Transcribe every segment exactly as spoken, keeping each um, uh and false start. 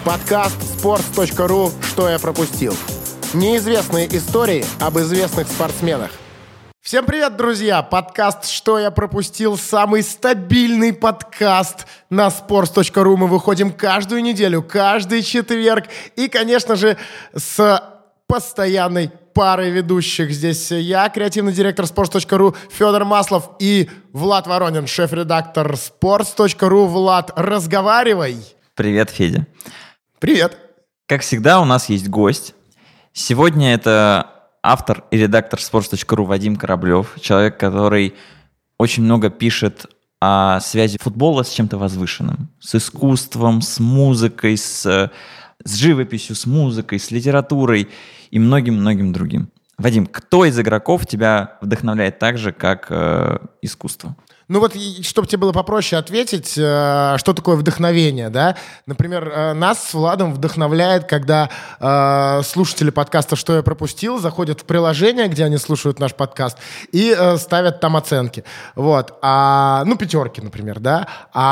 Подкаст спортс точка ру «Что я пропустил». Неизвестные истории об известных спортсменах. Всем привет, друзья! Подкаст «Что я пропустил» — самый стабильный подкаст на спортс точка ру. Мы выходим каждую неделю, каждый четверг. И, конечно же, с постоянной парой ведущих. Здесь я, креативный директор спортс точка ру Федор Маслов, и Влад Воронин, шеф-редактор спортс точка ру. Влад, разговаривай! Привет, Федя. Привет. Как всегда, у нас есть гость. Сегодня это автор и редактор спортс точка ру Вадим Кораблев, человек, который очень много пишет о связи футбола с чем-то возвышенным, с искусством, с музыкой, с, с живописью, с музыкой, с литературой и многим-многим другим. Вадим, кто из игроков тебя вдохновляет так же, как э, искусство? Ну вот, чтобы тебе было попроще ответить, что такое вдохновение, да? Например, нас с Владом вдохновляет, когда э, слушатели подкаста «Что я пропустил» заходят в приложение, где они слушают наш подкаст, и э, ставят там оценки. Вот. А, ну, пятерки, например, да?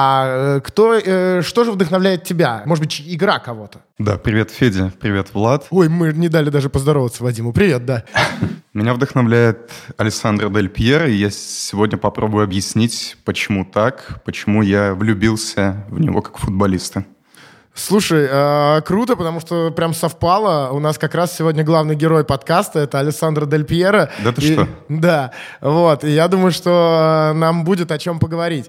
А кто, э, что же вдохновляет тебя? Может быть, игра кого-то? Да, привет, Федя, привет, Влад. Ой, мы не дали даже поздороваться Вадиму. Привет, да. Меня вдохновляет Алессандро Дель Пьеро, и я сегодня попробую объяснить, почему так, почему я влюбился в него как футболиста. Слушай, э, круто, потому что прям совпало. У нас как раз сегодня главный герой подкаста — это Алессандро Дель Пьеро. Да ты и, что? Да, вот. И я думаю, что нам будет о чем поговорить.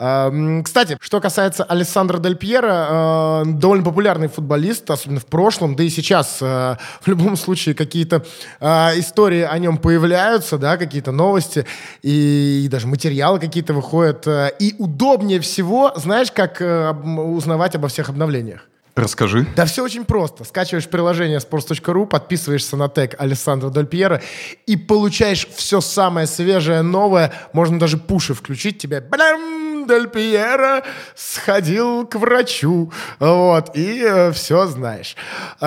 Э, кстати, что касается Алессандро Дель Пьеро, э, довольно популярный футболист, особенно в прошлом, да и сейчас. Э, в любом случае какие-то э, истории о нем появляются, да, какие-то новости, и, и даже материалы какие-то выходят. Э, и удобнее всего, знаешь, как э, узнавать обо всех обновлениях? Расскажи. Да все очень просто. Скачиваешь приложение спортс точка ру, подписываешься на тег Алессандро Дель Пьеро и получаешь все самое свежее, новое. Можно даже пуши включить тебе. Блям! Дель Пьеро сходил к врачу. Вот. И э, все знаешь.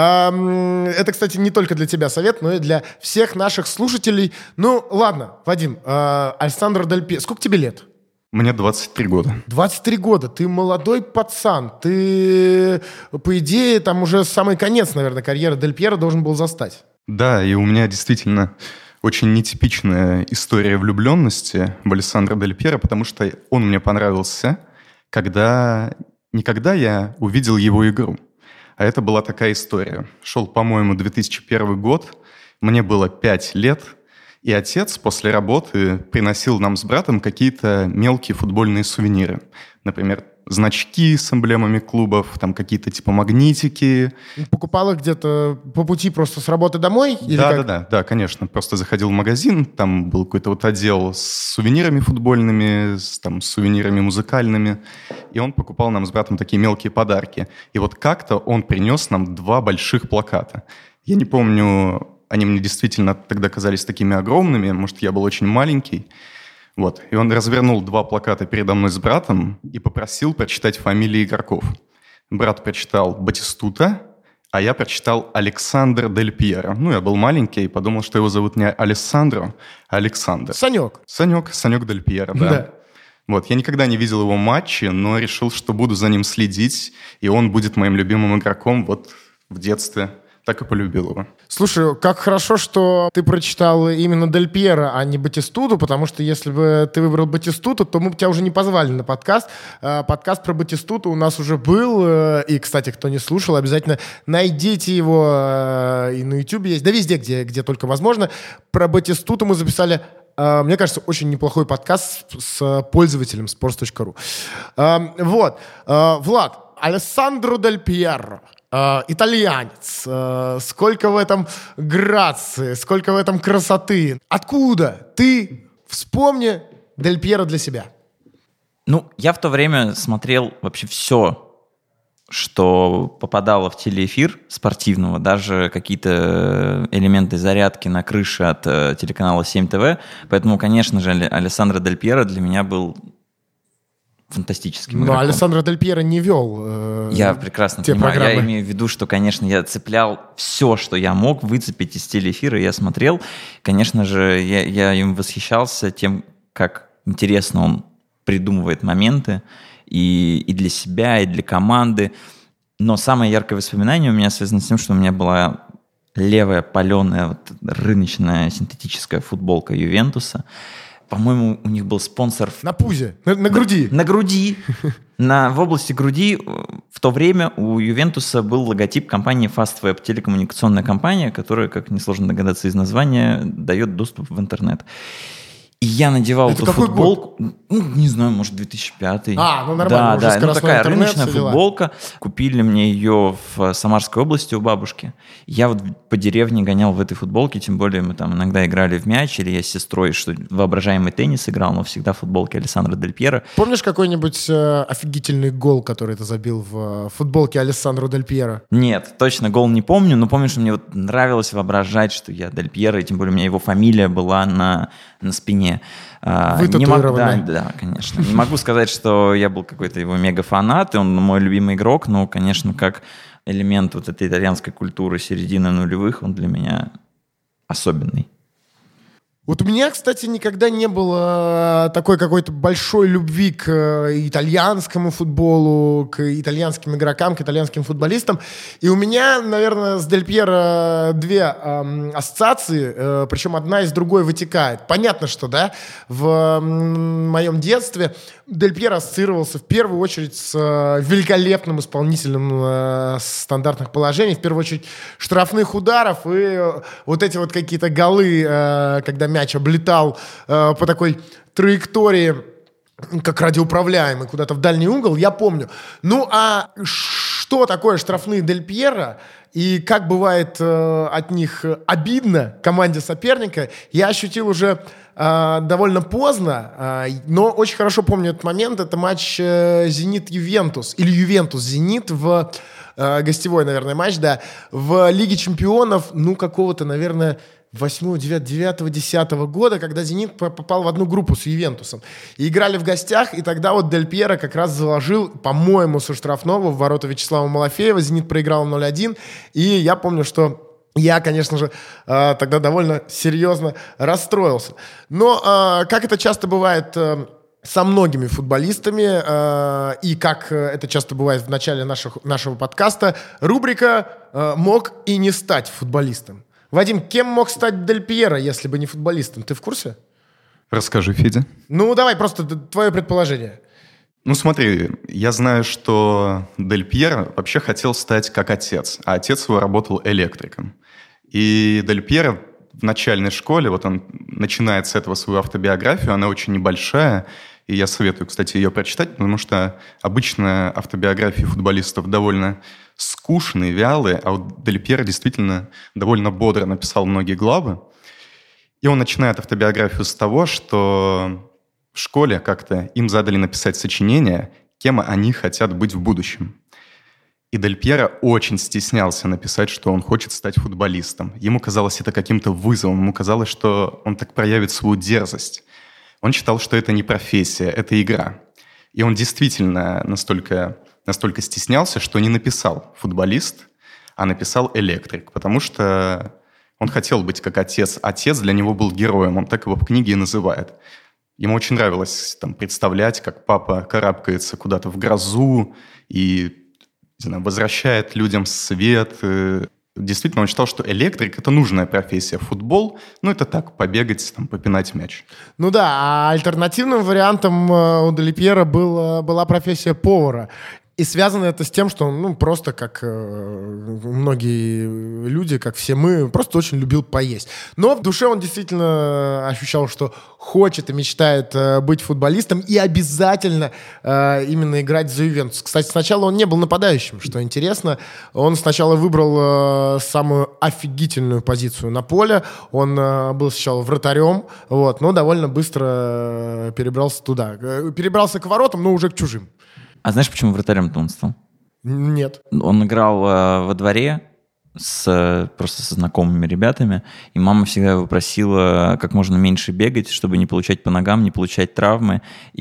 Эм, это, кстати, не только для тебя совет, но и для всех наших слушателей. Ну, ладно, Вадим. Э, Алессандро Дель Пьеро. Сколько тебе лет? Мне двадцать три года. двадцать три года. Ты молодой пацан. Ты, по идее, там уже самый конец, наверное, карьеры Дель Пьеро должен был застать. Да, и у меня действительно очень нетипичная история влюбленности в Алессандро Дель Пьеро, потому что он мне понравился, когда... не когда я увидел его игру, а это была такая история. Шел, по-моему, две тысячи первый год, мне было пять лет, и отец после работы приносил нам с братом какие-то мелкие футбольные сувениры. Например, значки с эмблемами клубов, там какие-то типа магнитики. Покупал их где-то по пути просто с работы домой? Или да, как? да, да, да, конечно. Просто заходил в магазин, там был какой-то вот отдел с сувенирами футбольными, с там, с сувенирами музыкальными. И он покупал нам с братом такие мелкие подарки. И вот как-то он принес нам два больших плаката. Я не помню... Они мне действительно тогда казались такими огромными, может, я был очень маленький. Вот. И он развернул два плаката передо мной с братом и попросил прочитать фамилии игроков. Брат прочитал Батистута, а я прочитал Александр Дель Пьеро. Ну, я был маленький и подумал, что его зовут не Алессандро, а Александр. Санек. Санек, Санек Дель Пьеро, да. Да. Вот. Я никогда не видел его матчи, но решил, что буду за ним следить, и он будет моим любимым игроком вот в детстве. Так и полюбил его. Слушай, как хорошо, что ты прочитал именно Дель Пьеро, а не Батистуту, потому что если бы ты выбрал Батистуту, то мы бы тебя уже не позвали на подкаст. Подкаст про Батистуту у нас уже был, и, кстати, кто не слушал, обязательно найдите его, и на YouTube есть, да везде, где, где только возможно. Про Батистуту мы записали, мне кажется, очень неплохой подкаст с пользователем спортс точка ру. Вот. Влад, Алессандро Дель Пьеро. Uh, итальянец, uh, сколько в этом грации, сколько в этом красоты. Откуда ты, вспомни, Дель Пьеро для себя? Ну, я в то время смотрел вообще все, что попадало в телеэфир спортивного, даже какие-то элементы зарядки на крыше от э, телеканала семь ТВ. Поэтому, конечно же, Алессандро Дель Пьеро для меня был фантастическим игроком. Но Алессандро Дель Пьеро не вел э, Я прекрасно те понимаю. программы. Я имею в виду, что, конечно, я цеплял все, что я мог выцепить из телеэфира, я смотрел. Конечно же, я, я им восхищался тем, как интересно он придумывает моменты и, и для себя, и для команды. Но самое яркое воспоминание у меня связано с тем, что у меня была левая паленая вот, рыночная синтетическая футболка Ювентуса. По-моему, у них был спонсор... На пузе, на, на груди. На, на груди. На, в области груди в то время у Ювентуса был логотип компании Fastweb, телекоммуникационная компания, которая, как несложно догадаться из названия, дает доступ в интернет. И я надевал Это эту какой футболку, год? ну, не знаю, может, две тысячи пятый. А, ну нормально, да, уже да, ну такая интернет, рыночная футболка. Купили мне ее в Самарской области у бабушки. Я вот по деревне гонял в этой футболке, тем более мы там иногда играли в мяч, или я с сестрой что воображаемый теннис играл, но всегда в футболке Алессандро Дель Пьеро. Помнишь какой-нибудь э, офигительный гол, который ты забил в э, футболке Алессандро Дель Пьеро? Нет, точно гол не помню, но помню, что мне вот нравилось воображать, что я Дель Пьеро, и тем более у меня его фамилия была на, на спине. Не могу, да, да, конечно. Не могу сказать, что я был какой-то его мега-фанат, и он мой любимый игрок, но, конечно, как элемент вот этой итальянской культуры середины нулевых, он для меня особенный. Вот у меня, кстати, никогда не было такой какой-то большой любви к итальянскому футболу, к итальянским игрокам, к итальянским футболистам. И у меня, наверное, с Дель Пьеро две эм, ассоциации, э, причем одна из другой вытекает. Понятно, что, да, в э, моем детстве Дель Пьеро ассоциировался в первую очередь с э, великолепным исполнителем э, стандартных положений, в первую очередь штрафных ударов и э, вот эти вот какие-то голы, э, когда мяч облетал э, по такой траектории, как радиоуправляемый, куда-то в дальний угол, я помню. Ну, а что такое штрафные Дель Пьеро и как бывает э, от них обидно команде соперника, я ощутил уже э, довольно поздно, э, но очень хорошо помню этот момент. Это матч э, «Зенит-Ювентус» или «Ювентус-Зенит» в э, гостевой, наверное, матч, да, в Лиге чемпионов, ну, какого-то, наверное, восьмого, девятого, десятого года, когда «Зенит» попал в одну группу с «Ювентусом». И играли в гостях, и тогда вот Дель Пьеро как раз заложил, по-моему, со штрафного в ворота Вячеслава Малафеева. «Зенит» проиграл ноль один. И я помню, что я, конечно же, тогда довольно серьезно расстроился. Но, как это часто бывает со многими футболистами, и как это часто бывает в начале наших, нашего подкаста, рубрика «Мог и не стать футболистом». Вадим, кем мог стать Дель Пьеро, если бы не футболистом? Ты в курсе? Расскажи, Федя. Ну, давай, просто твое предположение. Ну, смотри, я знаю, что Дель Пьеро вообще хотел стать как отец, а отец его работал электриком. И Дель Пьеро в начальной школе, вот он начинает с этого свою автобиографию, она очень небольшая, и я советую, кстати, ее прочитать, потому что обычно автобиографии футболистов довольно скучные, вялые, а вот Дель Пьеро действительно довольно бодро написал многие главы. И он начинает автобиографию с того, что в школе как-то им задали написать сочинение, кем они хотят быть в будущем. И Дель Пьеро очень стеснялся написать, что он хочет стать футболистом. Ему казалось это каким-то вызовом, ему казалось, что он так проявит свою дерзость. Он считал, что это не профессия, это игра. И он действительно настолько, настолько стеснялся, что не написал футболист, а написал электрик, потому что он хотел быть как отец. Отец для него был героем, он так его в книге и называет. Ему очень нравилось там, представлять, как папа карабкается куда-то в грозу и не знаю, возвращает людям свет. Действительно, он считал, что электрик – это нужная профессия. Футбол, ну, это так, побегать, там, попинать мяч. Ну да, а альтернативным вариантом у Дель Пьеро был, была профессия повара. И связано это с тем, что он, ну, просто как э, многие люди, как все мы, просто очень любил поесть. Но в душе он действительно ощущал, что хочет и мечтает э, быть футболистом и обязательно э, именно играть за Ювентус. Кстати, сначала он не был нападающим, что интересно. Он сначала выбрал э, самую офигительную позицию на поле. Он э, был сначала вратарем, вот, но довольно быстро э, перебрался туда. Перебрался к воротам, но уже к чужим. А знаешь, почему вратарем-то он стал? Нет. Он играл э, во дворе с, просто со знакомыми ребятами, и мама всегда его просила как можно меньше бегать, чтобы не получать по ногам, не получать травмы.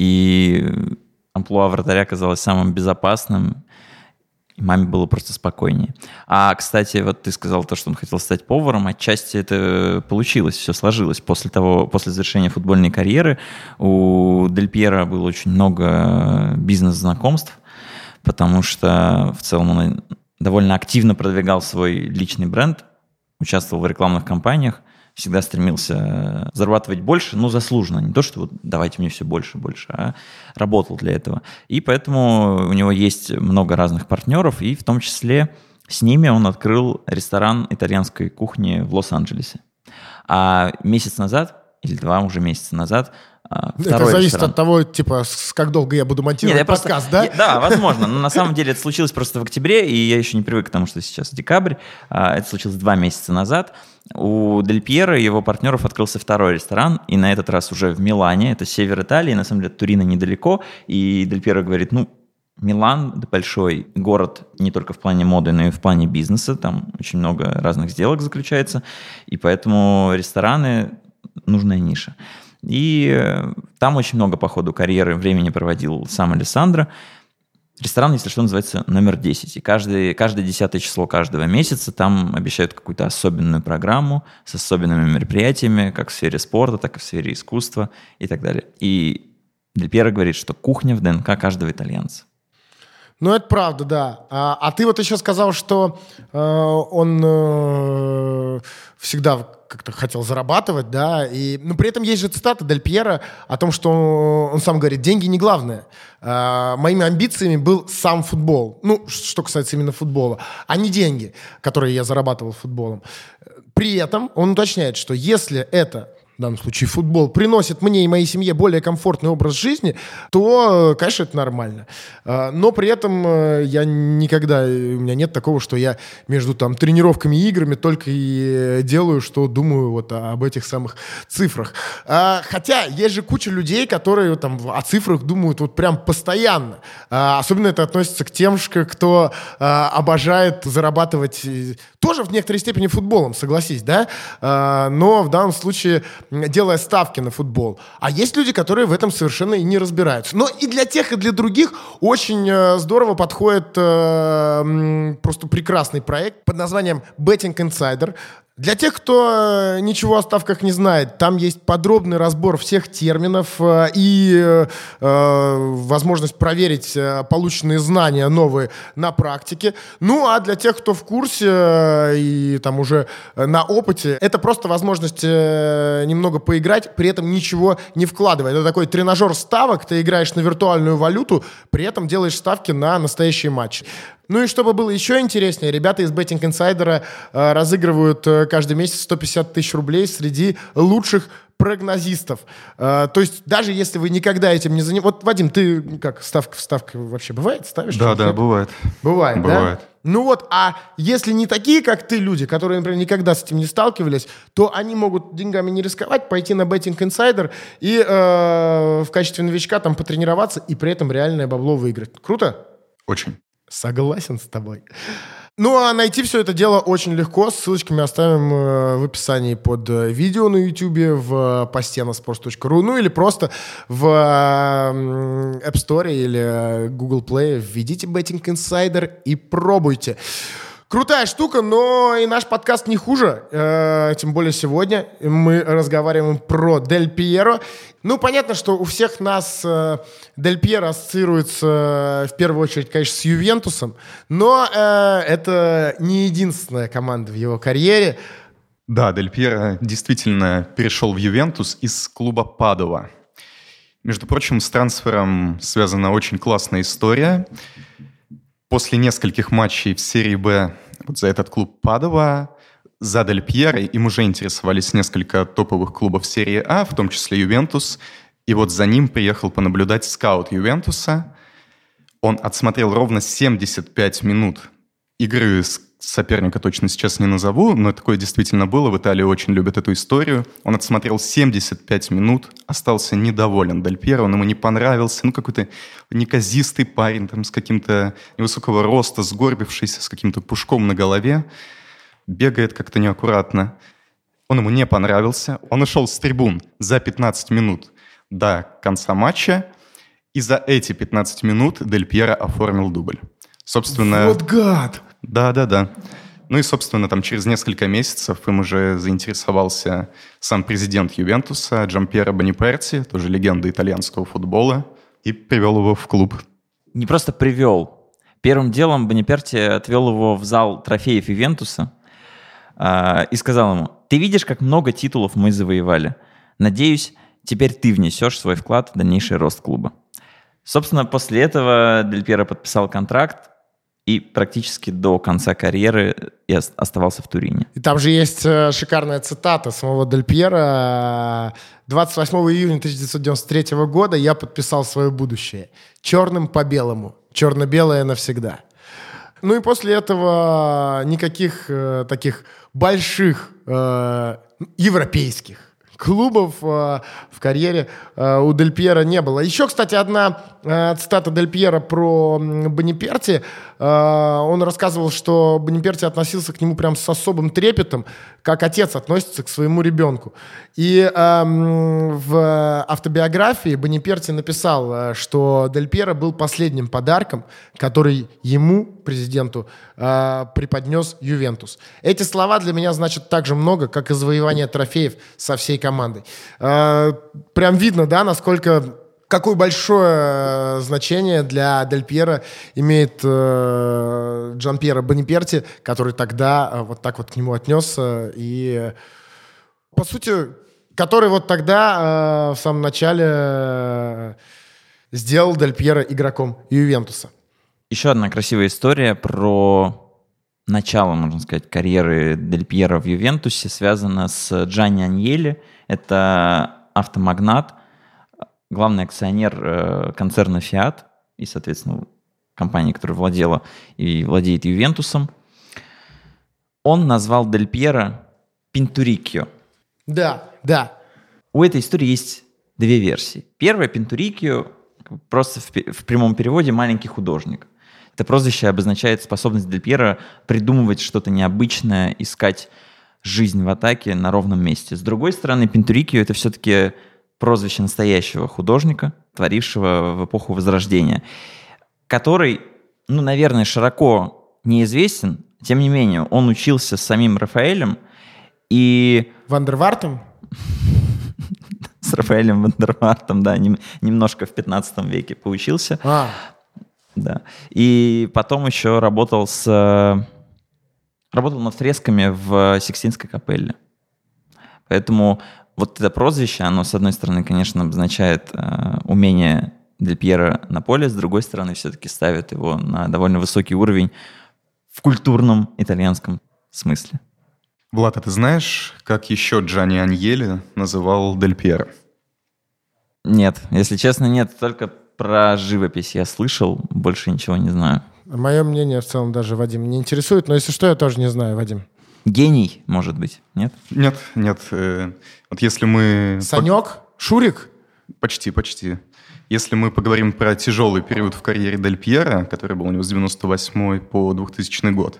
И амплуа вратаря казалось самым безопасным, и маме было просто спокойнее. А, кстати, вот ты сказал то, что он хотел стать поваром, отчасти это получилось, все сложилось. После того, после завершения футбольной карьеры у Дель Пьеро было очень много бизнес-знакомств, потому что в целом он довольно активно продвигал свой личный бренд, участвовал в рекламных кампаниях, всегда стремился зарабатывать больше, но заслуженно. Не то, что вот давайте мне все больше, больше, а работал для этого. И поэтому у него есть много разных партнеров, и в том числе с ними он открыл ресторан итальянской кухни в Лос-Анджелесе. А месяц назад, или два уже месяца назад, это зависит ресторан. От того, типа, с как долго я буду монтировать Нет, подкаст, просто, да? Я, да, возможно. Но на самом деле это случилось просто в октябре, и я еще не привык к тому, что сейчас декабрь. Это случилось два месяца назад. У Дель Пьеро и его партнеров открылся второй ресторан, и на этот раз уже в Милане. Это север Италии, на самом деле от Турина недалеко. И Дель Пьеро говорит, ну, Милан – это большой город не только в плане моды, но и в плане бизнеса. Там очень много разных сделок заключается, и поэтому рестораны – нужная ниша. И там очень много по ходу карьеры времени проводил сам Алессандро. Ресторан, если что, называется номер десять. И каждый, каждое десятое число каждого месяца там обещают какую-то особенную программу с особенными мероприятиями, как в сфере спорта, так и в сфере искусства и так далее. И Дель Пьеро говорит, что кухня в ДНК каждого итальянца. Ну, это правда, да. А, а ты вот еще сказал, что э, он э, всегда как-то хотел зарабатывать, да, и, но при этом есть же цитата Дель Пьеро о том, что он, он сам говорит, деньги не главное. Э, моими амбициями был сам футбол, ну, что касается именно футбола, а не деньги, которые я зарабатывал футболом. При этом он уточняет, что если это... в данном случае футбол, приносит мне и моей семье более комфортный образ жизни, то, конечно, это нормально. Но при этом я никогда, у меня нет такого, что я между там тренировками и играми только и делаю, что думаю вот об этих самых цифрах. Хотя есть же куча людей, которые там о цифрах думают вот прям постоянно. Особенно это относится к тем, кто обожает зарабатывать тоже в некоторой степени футболом, согласись, да? Но в данном случае делая ставки на футбол. А есть люди, которые в этом совершенно и не разбираются. Но и для тех, и для других очень э, здорово подходит э, просто прекрасный проект под названием Betting Insider. Для тех, кто ничего о ставках не знает, там есть подробный разбор всех терминов э, и э, возможность проверить э, полученные знания новые на практике. Ну, а для тех, кто в курсе э, и там уже на опыте, это просто возможность э, немного поиграть, при этом ничего не вкладывая. Это такой тренажер ставок, ты играешь на виртуальную валюту, при этом делаешь ставки на настоящие матчи. Ну и чтобы было еще интереснее, ребята из Betting Insider э, разыгрывают э, каждый месяц сто пятьдесят тысяч рублей среди лучших прогнозистов. Э, то есть даже если вы никогда этим не занимаетесь... Вот, Вадим, ты как, ставка в ставка вообще бывает? Ставишь? Да, да, бывает. Бывает, бывает. Да? Ну вот, а если не такие, как ты, люди, которые, например, никогда с этим не сталкивались, то они могут деньгами не рисковать, пойти на Betting Insider и э, в качестве новичка там потренироваться и при этом реальное бабло выиграть. Круто? Очень. Согласен с тобой. Ну, а найти все это дело очень легко. Ссылочки мы оставим в описании под видео на YouTube, в посте на sports точка ru, ну или просто в App Store или Google Play введите Betting Insider и пробуйте. Крутая штука, но и наш подкаст не хуже. Э, тем более сегодня мы разговариваем про Дель Пьеро. Ну, понятно, что у всех нас э, Дель Пьеро ассоциируется э, в первую очередь, конечно, с Ювентусом, но э, это не единственная команда в его карьере. Да, Дель Пьеро действительно перешел в Ювентус из клуба Падова. Между прочим, с трансфером связана очень классная история. После нескольких матчей в серии Б вот за этот клуб Падова, за Дель Пьеро, им уже интересовались несколько топовых клубов серии А, в том числе Ювентус. И вот за ним приехал понаблюдать скаут Ювентуса. Он отсмотрел ровно семьдесят пять минут игры с соперника, точно сейчас не назову, но такое действительно было. В Италии очень любят эту историю. Он отсмотрел семьдесят пять минут, остался недоволен Дель Пьеро, он ему не понравился. Ну, какой-то неказистый парень там с каким-то невысокого роста, сгорбившийся, с каким-то пушком на голове. Бегает как-то неаккуратно. Он ему не понравился. Он ушел с трибун за пятнадцать минут до конца матча. И за эти пятнадцать минут Дель Пьеро оформил дубль. Собственно... Вот гад! Да-да-да. Ну и, собственно, там через несколько месяцев им уже заинтересовался сам президент Ювентуса Джампьеро Бониперти, тоже легенда итальянского футбола, и привел его в клуб. Не просто привел, Первым делом Бониперти отвел его в зал трофеев Ювентуса э, и сказал ему: «Ты видишь, как много титулов мы завоевали. Надеюсь, теперь ты внесешь свой вклад в дальнейший рост клуба». Собственно, после этого Дель Пьеро подписал контракт и практически до конца карьеры и оставался в Турине. И там же есть шикарная цитата самого Дель Пьеро. двадцать восьмого июня тысяча девятьсот девяносто третьего года я подписал свое будущее. Черным по белому. Черно-белое навсегда. Ну и после этого никаких э, таких больших э, европейских клубов э, в карьере э, у Дель Пьеро не было. Еще, кстати, одна э, цитата Дель Пьеро про Бониперти. Э, он рассказывал, что Бониперти относился к нему прям с особым трепетом, как отец относится к своему ребенку. И э, в автобиографии Бониперти написал, что Дель Пьеро был последним подарком, который ему, президенту, э, преподнес Ювентус. Эти слова для меня значат так же много, как и завоевание трофеев со всей командой. Э, прям видно, да, насколько... Какое большое значение для Дель Пьеро имеет э, Джанпьеро Бониперти, который тогда э, вот так вот к нему отнесся. И, по сути, который вот тогда, э, в самом начале, э, сделал Дель Пьеро игроком Ювентуса. Еще одна красивая история про начало, можно сказать, карьеры Дель Пьеро в Ювентусе связана с Джанни Аньелли. Это автомагнат, главный акционер э, концерна Fiat и, соответственно, компании, которая владела и владеет Ювентусом. Он назвал Дель Пьеро Пинтурикио. Да, да. У этой истории есть две версии. Первая — Пинтурикио, просто в, в прямом переводе «маленький художник». Это прозвище обозначает способность Дель Пьеро придумывать что-то необычное, искать жизнь в атаке на ровном месте. С другой стороны, Пинтурикио — это все-таки прозвище настоящего художника, творившего в эпоху Возрождения, который, ну, наверное, широко неизвестен. Тем не менее, он учился с самим Рафаэлем и... Вандервартом? С Рафаэлем Вандервартом, да, нем, немножко в пятнадцатом веке поучился. А. Да. И потом еще работал с... Работал над фресками в Сикстинской капелле. Поэтому вот это прозвище, оно, с одной стороны, конечно, обозначает э, умение Дель Пьеро на поле, с другой стороны, все-таки ставит его на довольно высокий уровень в культурном итальянском смысле. Влад, а ты знаешь, как еще Джанни Аньелли называл Дель Пьеро? Нет, если честно, нет. Только про живопись я слышал, больше ничего не знаю. Мое мнение в целом даже, Вадим, не интересует, но если что, я тоже не знаю, Вадим. Гений, может быть, нет? Нет, нет. Э, вот если мы... Санек? Шурик? Почти, почти. Если мы поговорим про тяжелый период в карьере Дель Пьеро, который был у него с девяносто восьмой по двухтысячный год,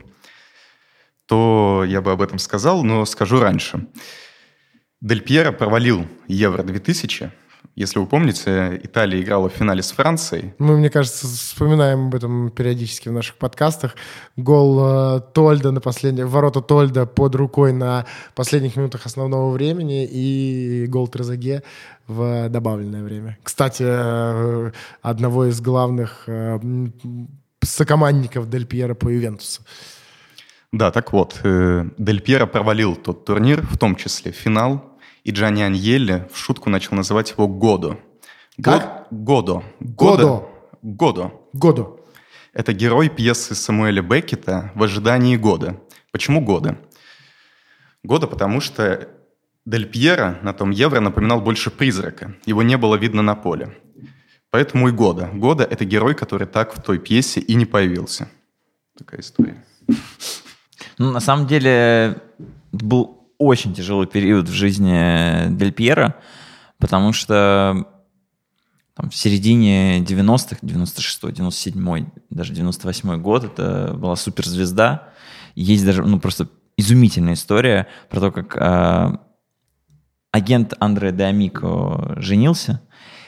то я бы об этом сказал, но скажу раньше. Дель Пьеро провалил Евро две тысячи. Если вы помните, Италия играла в финале с Францией. Мы, мне кажется, вспоминаем об этом периодически в наших подкастах. Гол э, Тольда на последних... Ворота Тольда под рукой на последних минутах основного времени и гол Трезеге в добавленное время. Кстати, э, одного из главных э, сокомандников Дель Пьеро по Ювентусу. Да, так вот, э, Дель Пьеро провалил тот турнир, в том числе финал. И Джанни Аньелли в шутку начал называть его Годо. Как? Годо. Годо. Годо. Годо. Это герой пьесы Самуэля Беккета «В ожидании года». Почему года? Года, потому что Дель Пьеро на том Евро напоминал больше призрака. Его не было видно на поле. Поэтому и года. Года — это герой, который так в той пьесе и не появился. Такая история. Ну, на самом деле, был очень тяжелый период в жизни Дель Пьеро, потому что там, в середине девяностых, девяносто шестой, девяносто седьмой, даже девяносто восьмой год, это была суперзвезда. Есть даже, ну, просто изумительная история про то, как э, агент Андре де Амико женился,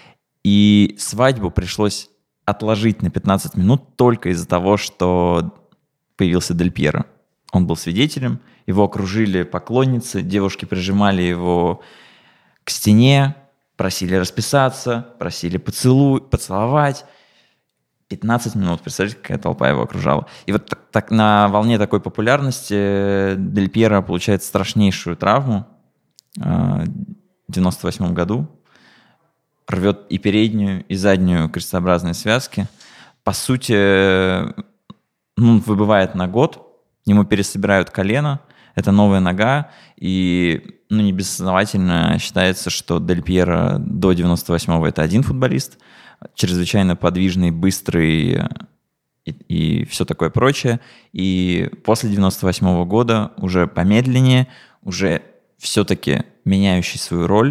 и свадьбу пришлось отложить на пятнадцать минут только из-за того, что появился Дель Пьеро. Он был свидетелем, его окружили поклонницы, девушки прижимали его к стене, просили расписаться, просили поцелуй, поцеловать. пятнадцать минут, представляете, какая толпа его окружала. И вот так, так на волне такой популярности Дель Пьеро получает страшнейшую травму э, в девяносто восьмом году. Рвет и переднюю, и заднюю крестообразные связки. По сути, ну, выбывает на год, ему пересобирают колено, это новая нога, и ну, не безосновательно считается, что Дель Пьеро до девяносто восьмого это один футболист, чрезвычайно подвижный, быстрый и, и все такое прочее. И после девяносто восьмого года уже помедленнее, уже все-таки меняющий свою роль.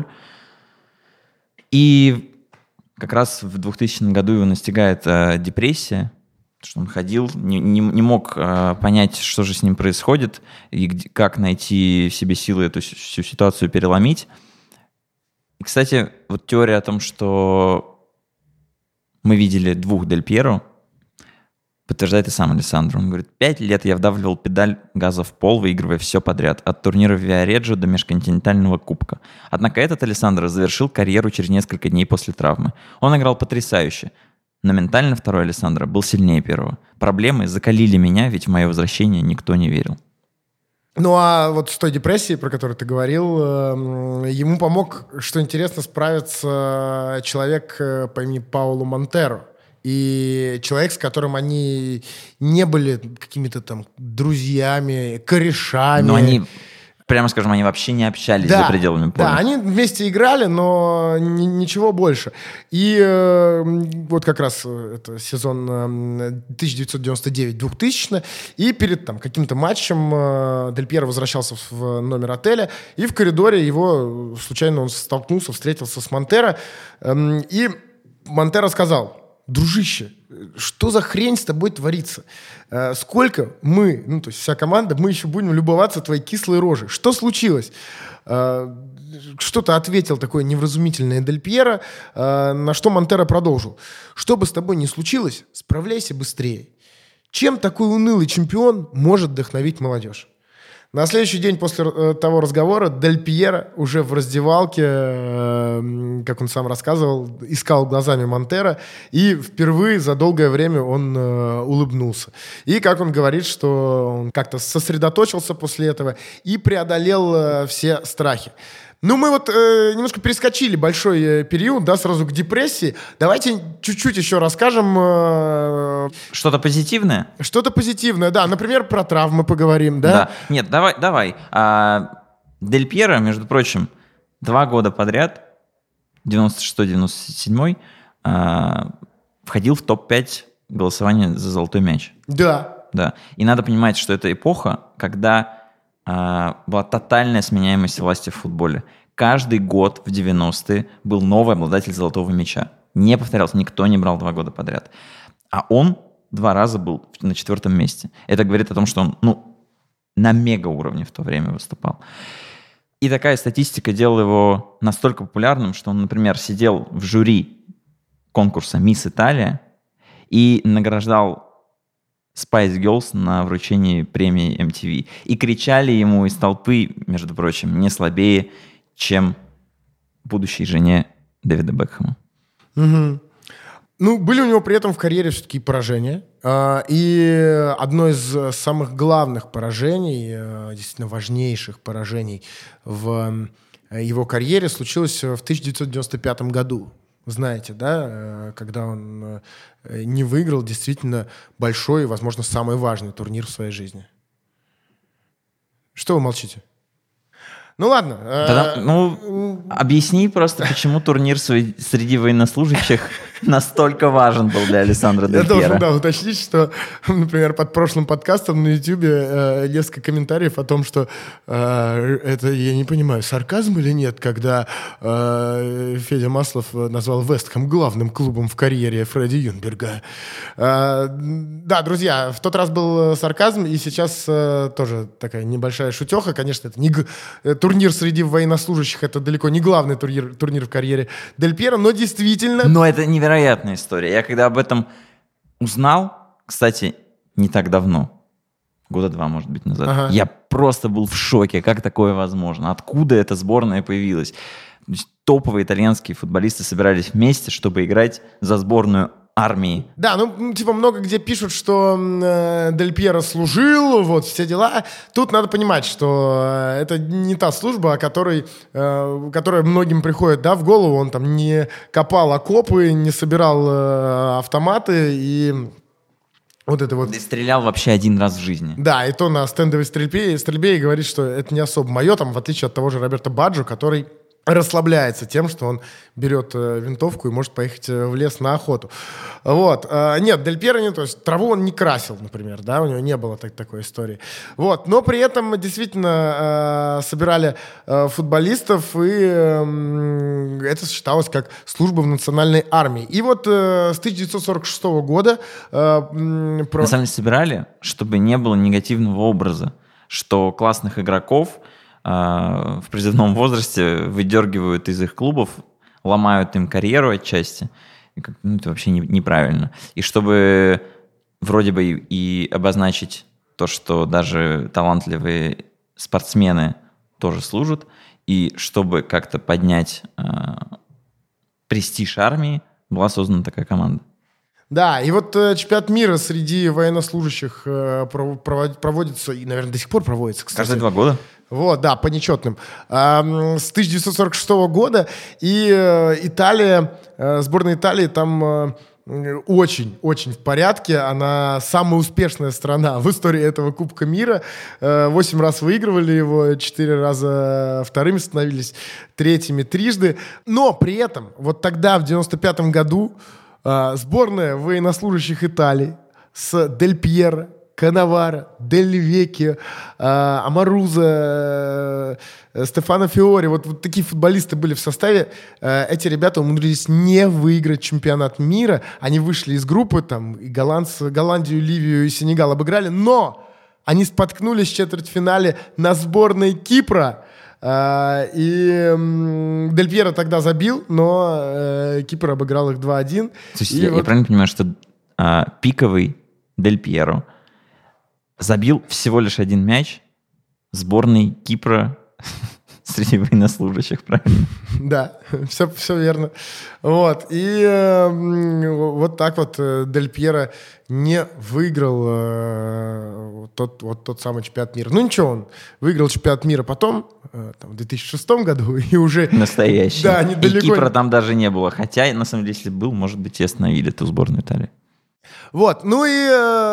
И как раз в двухтысячном году его настигает э, депрессия, что он ходил, не, не, не мог э, понять, что же с ним происходит, и где, как найти в себе силы эту всю ситуацию переломить. И, кстати, вот теория о том, что мы видели двух Дель Пьеро, подтверждает и сам Алессандро. Он говорит, пять лет я вдавливал педаль газа в пол, выигрывая все подряд, от турнира в Виареджо до межконтинентального кубка. Однако этот Алессандро завершил карьеру через несколько дней после травмы. Он играл потрясающе, но ментально второй Алессандро был сильнее первого. Проблемы закалили меня, ведь в мое возвращение никто не верил. Ну а вот с той депрессией, про которую ты говорил, ему помог, что интересно, справиться человек по имени Пауло Монтеро. И человек, с которым они не были какими-то там друзьями, корешами. Но они, прямо скажем, они вообще не общались да, за пределами поля. Да, они вместе играли, но ни, ничего больше. И э, вот как раз это сезон э, тысяча девятьсот девяносто девять двухтысячный, и перед там, каким-то матчем э, Дель Пьеро возвращался в номер отеля, и в коридоре его случайно он столкнулся, встретился с Монтеро, э, и Монтеро сказал: дружище, что за хрень с тобой творится? Э, сколько мы, ну, то есть вся команда, мы еще будем любоваться твоей кислой рожей. Что случилось? Э, что-то ответил такое невразумительное Дель Пьеро, э, на что Монтеро продолжил. Что бы с тобой ни случилось, справляйся быстрее. Чем такой унылый чемпион может вдохновить молодежь? На следующий день после э, того разговора Дель Пьеро уже в раздевалке, э, как он сам рассказывал, искал глазами Монтеро, и впервые за долгое время он э, улыбнулся. И, как он говорит, что он как-то сосредоточился после этого и преодолел э, все страхи. Ну, мы вот э, немножко перескочили большой э, период, да, сразу к депрессии. Давайте чуть-чуть еще расскажем... Э, Что-то позитивное? Что-то позитивное, да. Например, про травмы поговорим, да? Да. Нет, давай, давай. А, Дель Пьеро, между прочим, два года подряд, девяносто шестой девяносто седьмой, а, входил в топ пять голосования за золотой мяч. Да. Да. И надо понимать, что это эпоха, когда... была тотальная сменяемость власти в футболе. Каждый год в девяностые был новый обладатель золотого мяча. Не повторялся, никто не брал два года подряд. А он два раза был на четвертом месте. Это говорит о том, что он ну, на мега уровне в то время выступал. И такая статистика делала его настолько популярным, что он, например, сидел в жюри конкурса «Мисс Италия» и награждал Spice Girls на вручении премии эм ти ви. И кричали ему из толпы, между прочим, не слабее, чем будущей жене Дэвида Бекхэма. Угу. Ну, были у него при этом в карьере все-таки поражения. И одно из самых главных поражений, действительно важнейших поражений в его карьере случилось в тысяча девятьсот девяносто пятом году. Знаете, да, когда он не выиграл действительно большой, возможно, самый важный турнир в своей жизни. Что вы молчите? Ну ладно. Да, э- ну, объясни просто, почему турнир среди военнослужащих настолько важен был для Алессандро Дель Пьеро. Я должен, да, уточнить, что, например, под прошлым подкастом на Ютьюбе э, несколько комментариев о том, что э, это, я не понимаю, сарказм или нет, когда э, Федя Маслов назвал Вест Хэм главным клубом в карьере Фредди Юнберга. Э, да, друзья, в тот раз был сарказм, и сейчас э, тоже такая небольшая шутеха. Конечно, это не г- турнир среди военнослужащих, это далеко не главный турнир, турнир в карьере Дель Пьеро, но действительно... Но это невероятно. Невероятная история. Я когда об этом узнал, кстати, не так давно, года два, может быть, назад, ага. я просто был в шоке, как такое возможно, откуда эта сборная появилась. То есть топовые итальянские футболисты собирались вместе, чтобы играть за сборную армии. Да, ну, типа, много где пишут, что э, Дель Пьеро служил, вот, все дела. Тут надо понимать, что э, это не та служба, о которой, э, которая многим приходит, да, в голову. Он там не копал окопы, не собирал э, автоматы и вот это вот. Ты стрелял вообще один раз в жизни. Да, и то на стендовой стрельбе, стрельбе и говорит, что это не особо мое, там, в отличие от того же Роберто Баджо, который расслабляется тем, что он берет э, винтовку и может поехать э, в лес на охоту. Вот. Э, нет, Дель Пьеро не, то есть траву он не красил, например, да, у него не было так, такой истории. Вот. Но при этом действительно э, собирали э, футболистов, и э, это считалось как служба в национальной армии. И вот э, с тысяча девятьсот сорок шестого года... Э, про... На самом деле собирали, чтобы не было негативного образа, что классных игроков в призывном возрасте выдергивают из их клубов, ломают им карьеру отчасти. И как, ну, это вообще не, неправильно. И чтобы вроде бы и, и обозначить то, что даже талантливые спортсмены тоже служат, и чтобы как-то поднять э, престиж армии, была создана такая команда. Да, и вот э, чемпионат мира среди военнослужащих э, провод, проводится, и, наверное, до сих пор проводится, кстати. Каждые два года? Вот, да, по нечетным. А, с тысяча девятьсот сорок шестого года, и э, Италия, э, сборная Италии там очень-очень э, в порядке. Она самая успешная страна в истории этого Кубка мира. Восемь э, раз выигрывали его, четыре раза вторыми становились, третьими трижды. Но при этом, вот тогда, в девяносто пятом году, э, сборная военнослужащих Италии с Дель Пьеро, Канаваро, Дель Веккио, э, Амаруза, э, Стефано Фиори, вот, вот такие футболисты были в составе. Э, эти ребята умудрились не выиграть чемпионат мира. Они вышли из группы, там, и голландцы, Голландию, Ливию и Сенегал обыграли, но они споткнулись в четвертьфинале на сборной Кипра. Uh, и um, Дель Пьеро тогда забил, но uh, Кипр обыграл их два один. Слушайте, я, вот... я правильно понимаю, что uh, пиковый Дель Пьеро забил всего лишь один мяч сборной Кипра среди военнослужащих, правильно? Да, все, все верно. Вот. И э, вот так вот Дель Пьеро не выиграл э, тот, вот тот самый чемпионат мира. Ну ничего, он выиграл чемпионат мира потом, э, там, в две тысячи шестом году, и уже... Настоящий. Да, недалеко... И Кипра там даже не было. Хотя, на самом деле, если был, может быть, и остановили ту сборную Италии. Вот, ну и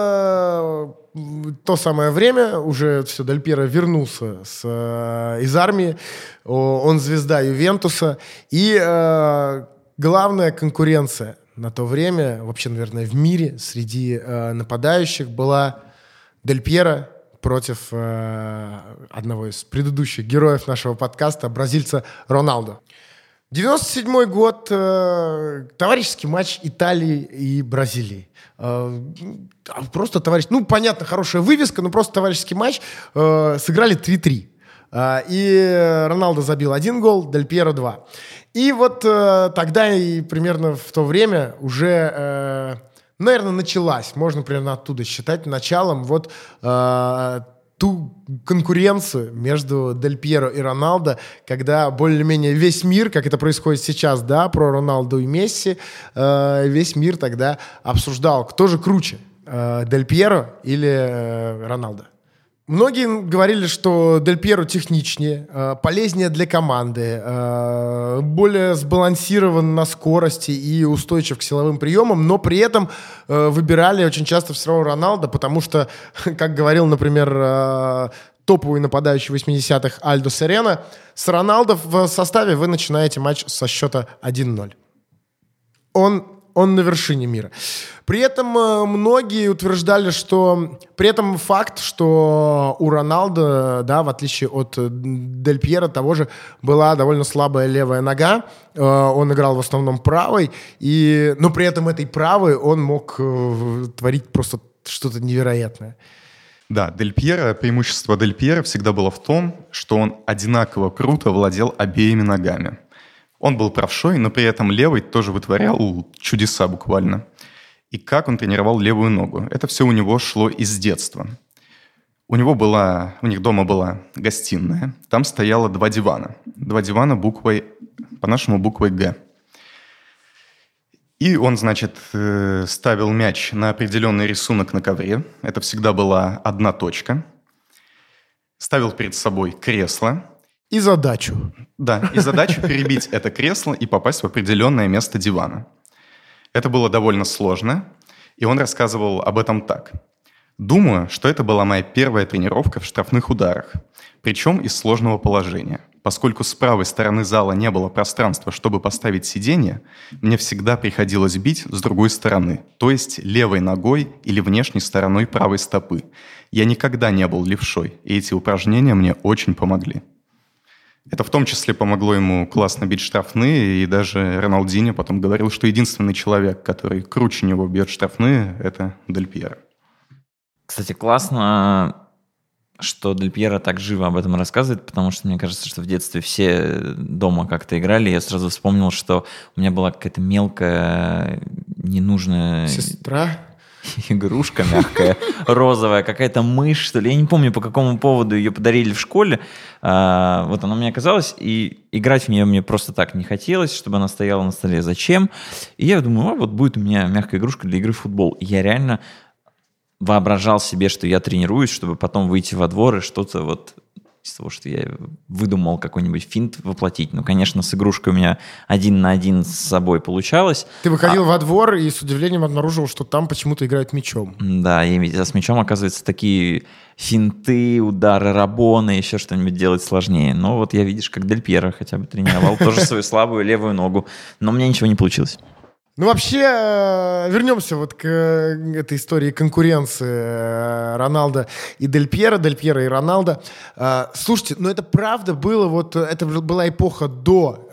э, то самое время уже все, Дель Пьеро вернулся с, э, из армии, он звезда Ювентуса, и э, главная конкуренция на то время, вообще, наверное, в мире среди э, нападающих была Дель Пьеро против э, одного из предыдущих героев нашего подкаста, бразильца Роналдо. девяносто седьмой год, э, товарищеский матч Италии и Бразилии. Э, просто товарищ... Ну, понятно, хорошая вывеска, но просто товарищеский матч. Э, сыграли три-три. Э, и Роналдо забил один гол, Дель Пьеро два. И вот э, тогда и примерно в то время уже, э, наверное, началась, можно примерно оттуда считать началом, вот э, ту конкуренцию между Дель Пьеро и Роналдо, когда более-менее весь мир, как это происходит сейчас, да, про Роналду и Месси, э, весь мир тогда обсуждал, кто же круче, э, Дель Пьеро или э, Роналдо. Многие говорили, что Дель Пьеро техничнее, э, полезнее для команды, э, более сбалансирован на скорости и устойчив к силовым приемам, но при этом э, выбирали очень часто все равно Роналдо, потому что, как говорил, например, э, топовый нападающий восьмидесятых Альдо Серена, с Роналдо в составе вы начинаете матч со счета один ноль. Он... Он на вершине мира. При этом э, многие утверждали, что... При этом факт, что у Роналдо, да, в отличие от Дель Пьеро, того же, была довольно слабая левая нога. Э, он играл в основном правой. И, но при этом этой правой он мог э, творить просто что-то невероятное. Да, Дель Пьеро, преимущество Дель Пьеро всегда было в том, что он одинаково круто владел обеими ногами. Он был правшой, но при этом левой тоже вытворял чудеса буквально. И как он тренировал левую ногу? Это все у него шло из детства. У него была, у них дома была гостиная. Там стояло два дивана. Два дивана буквой, по-нашему буквой «Г». И он, значит, ставил мяч на определенный рисунок на ковре. Это всегда была одна точка. Ставил перед собой кресло. И задачу. Да, и задачу перебить это кресло и попасть в определенное место дивана. Это было довольно сложно, и он рассказывал об этом так. «Думаю, что это была моя первая тренировка в штрафных ударах, причем из сложного положения. Поскольку с правой стороны зала не было пространства, чтобы поставить сиденье, мне всегда приходилось бить с другой стороны, то есть левой ногой или внешней стороной правой стопы. Я никогда не был левшой, и эти упражнения мне очень помогли». Это в том числе помогло ему классно бить штрафные, и даже Роналдиньо потом говорил, что единственный человек, который круче него бьет штрафные, это Дель Пьеро. Кстати, классно, что Дель Пьеро так живо об этом рассказывает, потому что мне кажется, что в детстве все дома как-то играли. Я сразу вспомнил, что у меня была какая-то мелкая, ненужная... Сестра? Игрушка мягкая, розовая, какая-то мышь, что ли. Я не помню, по какому поводу ее подарили в школе. А, вот она у меня оказалась, и играть в нее мне просто так не хотелось, чтобы она стояла на столе. Зачем? И я думаю, а вот будет у меня мягкая игрушка для игры в футбол. И я реально воображал себе, что я тренируюсь, чтобы потом выйти во двор и что-то вот из того, что я выдумал какой-нибудь финт воплотить. Ну, конечно, с игрушкой у меня один на один с собой получалось. Ты выходил а... во двор и с удивлением обнаружил, что там почему-то играют мячом. Да, и с мячом, оказывается, такие финты, удары Рабона, еще что-нибудь делать сложнее. Но вот я, видишь, как Дель Пьеро хотя бы тренировал тоже свою слабую левую ногу. Но у меня ничего не получилось. Ну, вообще, вернемся вот к этой истории конкуренции Роналдо и Дель Пьеро, Дель Пьеро и Роналдо. Слушайте, ну это правда было, вот это была эпоха до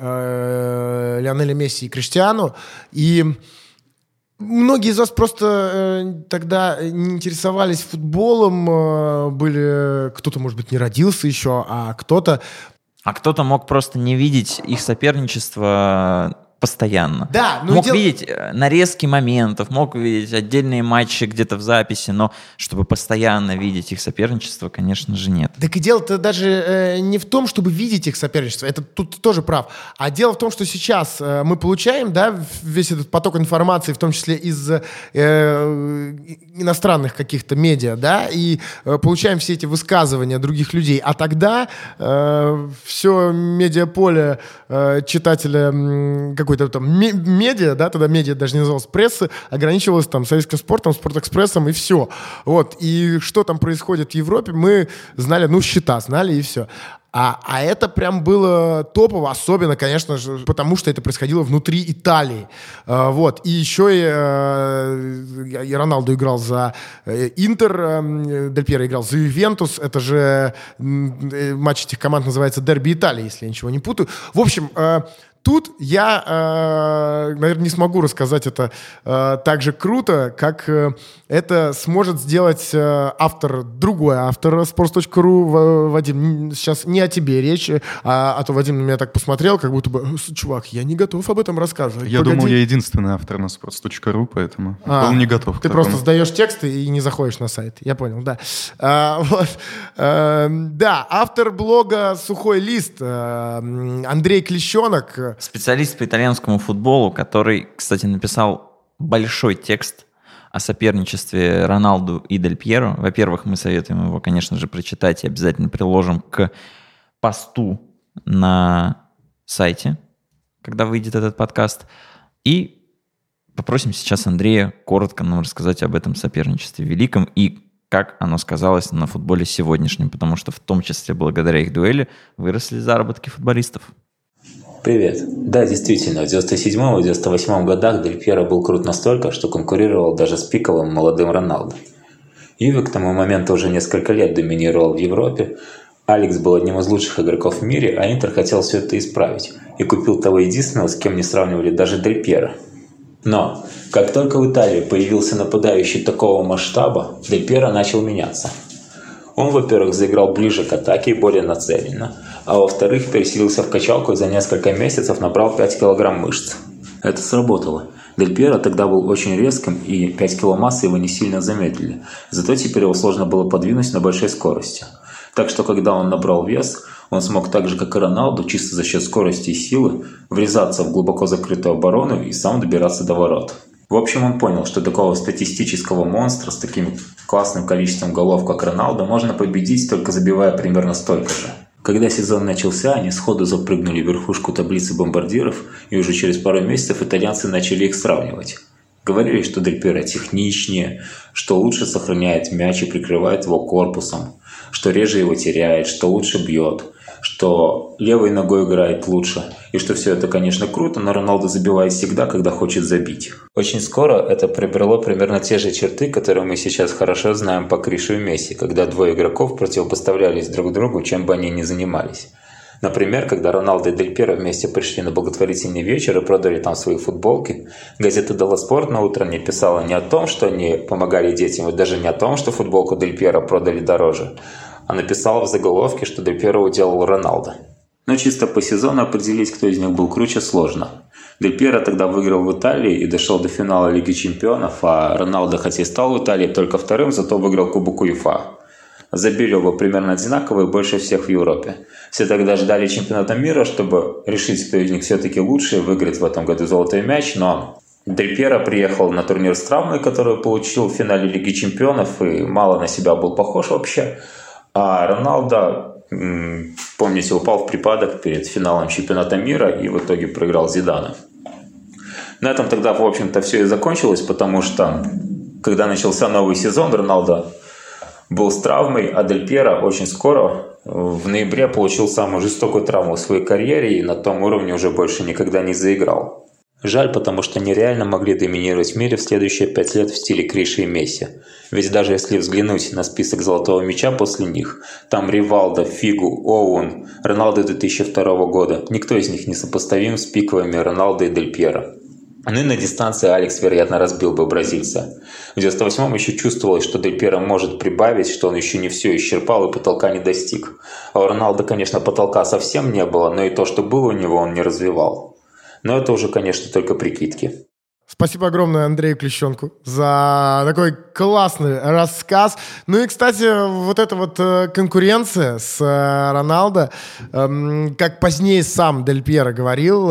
э, Лионеля Месси и Криштиану, и многие из вас просто э, тогда не интересовались футболом, э, были, кто-то, может быть, не родился еще, а кто-то... А кто-то мог просто не видеть их соперничество... постоянно. Да, ну мог дел... видеть нарезки моментов, мог видеть отдельные матчи где-то в записи, но чтобы постоянно видеть их соперничество, конечно же, нет. Так и дело-то даже э, не в том, чтобы видеть их соперничество, это тут тоже прав, а дело в том, что сейчас э, мы получаем, да, весь этот поток информации, в том числе из э, иностранных каких-то медиа, да, и э, получаем все эти высказывания других людей, а тогда э, все медиаполе э, читателя э, какой какой-то там медиа, да, тогда медиа даже не называлось прессы, ограничивалось там Советским спортом, Спортэкспрессом и все. Вот. И что там происходит в Европе, мы знали, ну, счета знали и все. А, а это прям было топово, особенно, конечно же, потому что это происходило внутри Италии. А, вот. И еще и, э, и Роналду играл за Интер, э, Дель Пьеро играл за Ювентус. Это же э, матч этих команд называется «Дерби Италии», если я ничего не путаю. В общем, э, тут я, э, наверное, не смогу рассказать это э, так же круто, как э, это сможет сделать э, автор, другой автор sports точка ru, Вадим. Сейчас не о тебе речь, а, а то Вадим на меня так посмотрел, как будто бы, чувак, я не готов об этом рассказывать. Я Погоди. думал, я единственный автор на sports точка ru, поэтому а, был не готов. Ты просто сдаешь тексты и не заходишь на сайт. Я понял, да. А, вот. а, да, автор блога «Сухой лист» Андрей Клещенок. Специалист по итальянскому футболу, который, кстати, написал большой текст о соперничестве Роналду и Дель Пьеро. Во-первых, мы советуем его, конечно же, прочитать и обязательно приложим к посту на сайте, когда выйдет этот подкаст. И попросим сейчас Андрея коротко нам рассказать об этом соперничестве великом и как оно сказалось на футболе сегодняшнем, потому что в том числе благодаря их дуэли выросли заработки футболистов. Привет. Да, действительно, в девяносто седьмом и девяносто восьмом годах Дель Пьеро был крут настолько, что конкурировал даже с пиковым молодым Роналдо. Юве к тому моменту уже несколько лет доминировал в Европе, Алекс был одним из лучших игроков в мире, а Интер хотел все это исправить и купил того единственного, с кем не сравнивали даже Дель Пьеро. Но, как только в Италии появился нападающий такого масштаба, Дель Пьеро начал меняться. Он, во-первых, заиграл ближе к атаке и более нацеленно, а во-вторых, переселился в качалку и за несколько месяцев набрал пять килограмм мышц. Это сработало. Дель Пьеро тогда был очень резким, и пять кило массы его не сильно замедлили. Зато теперь его сложно было подвинуть на большой скорости. Так что, когда он набрал вес, Он смог так же, как и Роналду, чисто за счет скорости и силы, врезаться в глубоко закрытую оборону и сам добираться до ворот. В общем, он понял, что такого статистического монстра с таким классным количеством голов, как Роналду, можно победить, только забивая примерно столько же. Когда сезон начался, они сходу запрыгнули в верхушку таблицы бомбардиров, и уже через пару месяцев итальянцы начали их сравнивать. Говорили, что Дель Пьеро техничнее, что лучше сохраняет мяч и прикрывает его корпусом, что реже его теряет, что лучше бьет, что левой ногой играет лучше, и что все это, конечно, круто, но Роналду забивает всегда, когда хочет забить. Очень скоро это приобрело примерно те же черты, которые мы сейчас хорошо знаем по Кришу и Месси, когда двое игроков противопоставлялись друг другу, чем бы они ни занимались. Например, когда Роналдо и Дель Пьеро вместе пришли на благотворительный вечер и продали там свои футболки, газета «Делла Спорт» на утро не писала не о том, что они помогали детям, и даже не о том, что футболку Дель Пьеро продали дороже, а написала в заголовке, что Дель Пьеро уделал Роналдо. Но чисто по сезону определить, кто из них был круче, сложно. Дель Пьеро тогда выиграл в Италии и дошел до финала Лиги Чемпионов, а Роналдо, хотя и стал в Италии только вторым, зато выиграл Кубок УЕФА. Забили оба примерно одинаковые, больше всех в Европе. Все тогда ждали чемпионата мира, чтобы решить, кто из них все-таки лучше и выиграть в этом году золотой мяч, но Дель Пьеро приехал на турнир с травмой, которую получил в финале Лиги Чемпионов, и мало на себя был похож вообще. А Роналдо, помните, упал в припадок перед финалом чемпионата мира и в итоге проиграл Зидану. На этом тогда, в общем-то, все и закончилось, потому что, когда начался новый сезон, Роналдо был с травмой, а Дель Пьеро очень скоро, в ноябре, получил самую жестокую травму в своей карьере и на том уровне уже больше никогда не заиграл. Жаль, потому что нереально могли доминировать в мире в следующие пять лет в стиле Криши и Месси. Ведь даже если взглянуть на список золотого мяча после них, там Ривалдо, Фигу, Оуэн, Роналдо две тысячи второго года, никто из них не сопоставим с пиковыми Роналдо и Дель Пьеро. Ну и на дистанции Алекс, вероятно, разбил бы бразильца. В девяносто восьмом еще чувствовалось, что Дель Пьеро может прибавить, что он еще не все исчерпал и потолка не достиг. А у Роналдо, конечно, потолка совсем не было, но и то, что было у него, он не развивал. Но это уже, конечно, только прикидки. Спасибо огромное Андрею Клещенку за такой классный рассказ. Ну и, кстати, вот эта вот конкуренция с Роналдо, как позднее сам Дель Пьеро говорил,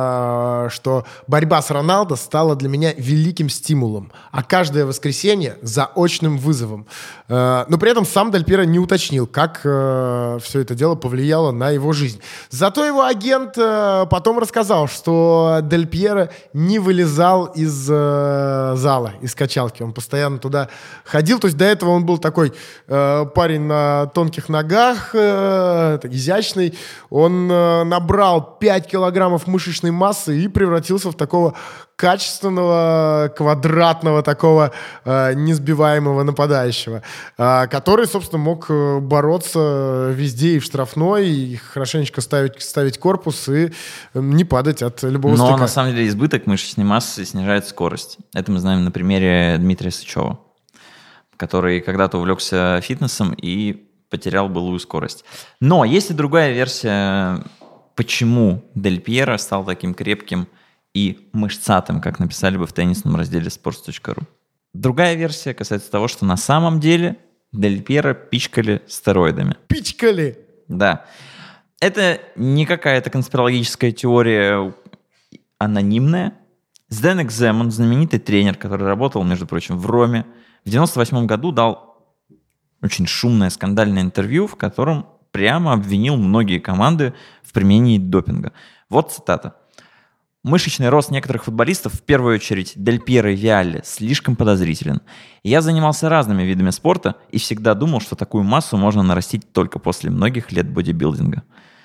что борьба с Роналдо стала для меня великим стимулом, а каждое воскресенье заочным вызовом. Но при этом сам Дель Пьеро не уточнил, как все это дело повлияло на его жизнь. Зато его агент потом рассказал, что Дель Пьеро не вылезал из э, зала, из качалки. Он постоянно туда ходил. То есть до этого он был такой э, парень на тонких ногах, э, изящный. Он э, набрал пять килограммов мышечной массы и превратился в такого качественного, квадратного, такого э, несбиваемого нападающего, э, который, собственно, мог бороться везде и в штрафной, и хорошенечко ставить, ставить корпус и не падать от любого Но, стыка. на самом деле, избыток мышечной массы снижает скорость. Это мы знаем на примере Дмитрия Сычева, который когда-то увлекся фитнесом и потерял былую скорость. Но есть и другая версия, почему Дель Пьеро стал таким крепким и мышцатым, как написали бы в теннисном разделе спортс точка ру. Другая версия касается того, что на самом деле Дель Пьеро пичкали стероидами. Пичкали! Да. Это не какая-то конспирологическая теория анонимная. Зденек Земан, знаменитый тренер, который работал, между прочим, в Роме, в девяносто восьмом году дал очень шумное скандальное интервью, в котором прямо обвинил многие команды в применении допинга. Вот цитата. «Мышечный рост некоторых футболистов, в первую очередь Дель Пьеро и Виалли, слишком подозрителен. Я занимался разными видами спорта и всегда думал, что такую массу можно нарастить только после многих лет бодибилдинга».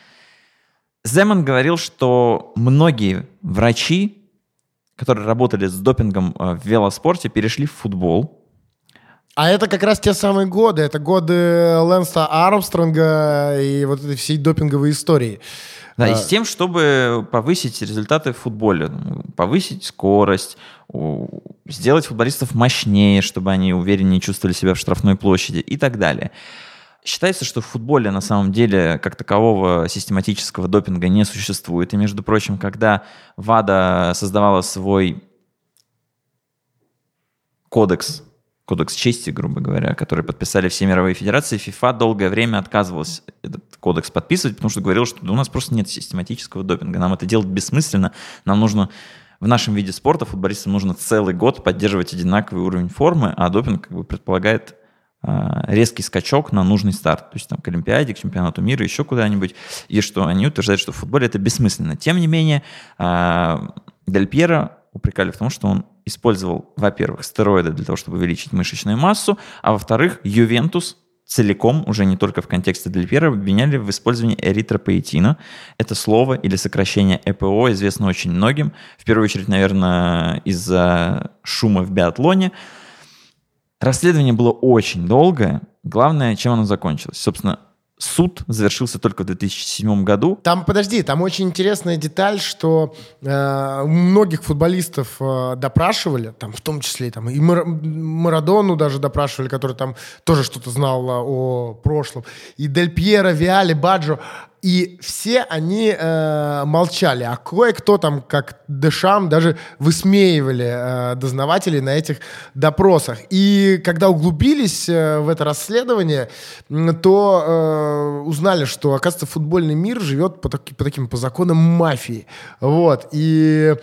Земан говорил, что многие врачи, которые работали с допингом в велоспорте, перешли в футбол. А это как раз те самые годы. Это годы Лэнса Армстронга и вот этой всей допинговой истории. Да, и с тем, чтобы повысить результаты в футболе, повысить скорость, сделать футболистов мощнее, чтобы они увереннее чувствовали себя в штрафной площади и так далее. Считается, что в футболе на самом деле как такового систематического допинга не существует. И, между прочим, когда ВАДА создавала свой кодекс, кодекс чести, грубо говоря, который подписали все мировые федерации, ФИФА долгое время отказывалась этот кодекс подписывать, потому что говорил, что у нас просто нет систематического допинга, нам это делать бессмысленно, нам нужно в нашем виде спорта футболистам нужно целый год поддерживать одинаковый уровень формы, а допинг как бы предполагает резкий скачок на нужный старт, то есть там к Олимпиаде, к чемпионату мира, еще куда-нибудь, и что они утверждают, что в футболе это бессмысленно. Тем не менее, Дель Пьеро упрекали в том, что он использовал, во-первых, стероиды для того, чтобы увеличить мышечную массу, а во-вторых, Ювентус целиком, уже не только в контексте Дель Пьеро, обвиняли в использовании эритропоэтина. Это слово или сокращение ЭПО известно очень многим, в первую очередь, наверное, из-за шума в биатлоне. Расследование было очень долгое. Главное, чем оно закончилось. Собственно, суд завершился только в две тысячи седьмом году. Там, подожди, там очень интересная деталь, что э, многих футболистов э, допрашивали, там, в том числе там, и Мар- Марадону даже допрашивали, который там тоже что-то знал о прошлом, и Дель Пьеро, Виалли, Баджо. И все они э, молчали, а кое-кто там, как Дешам, даже высмеивали э, дознавателей на этих допросах. И когда углубились э, в это расследование, то э, узнали, что, оказывается, футбольный мир живет по, таки, по таким по законам мафии. Вот. И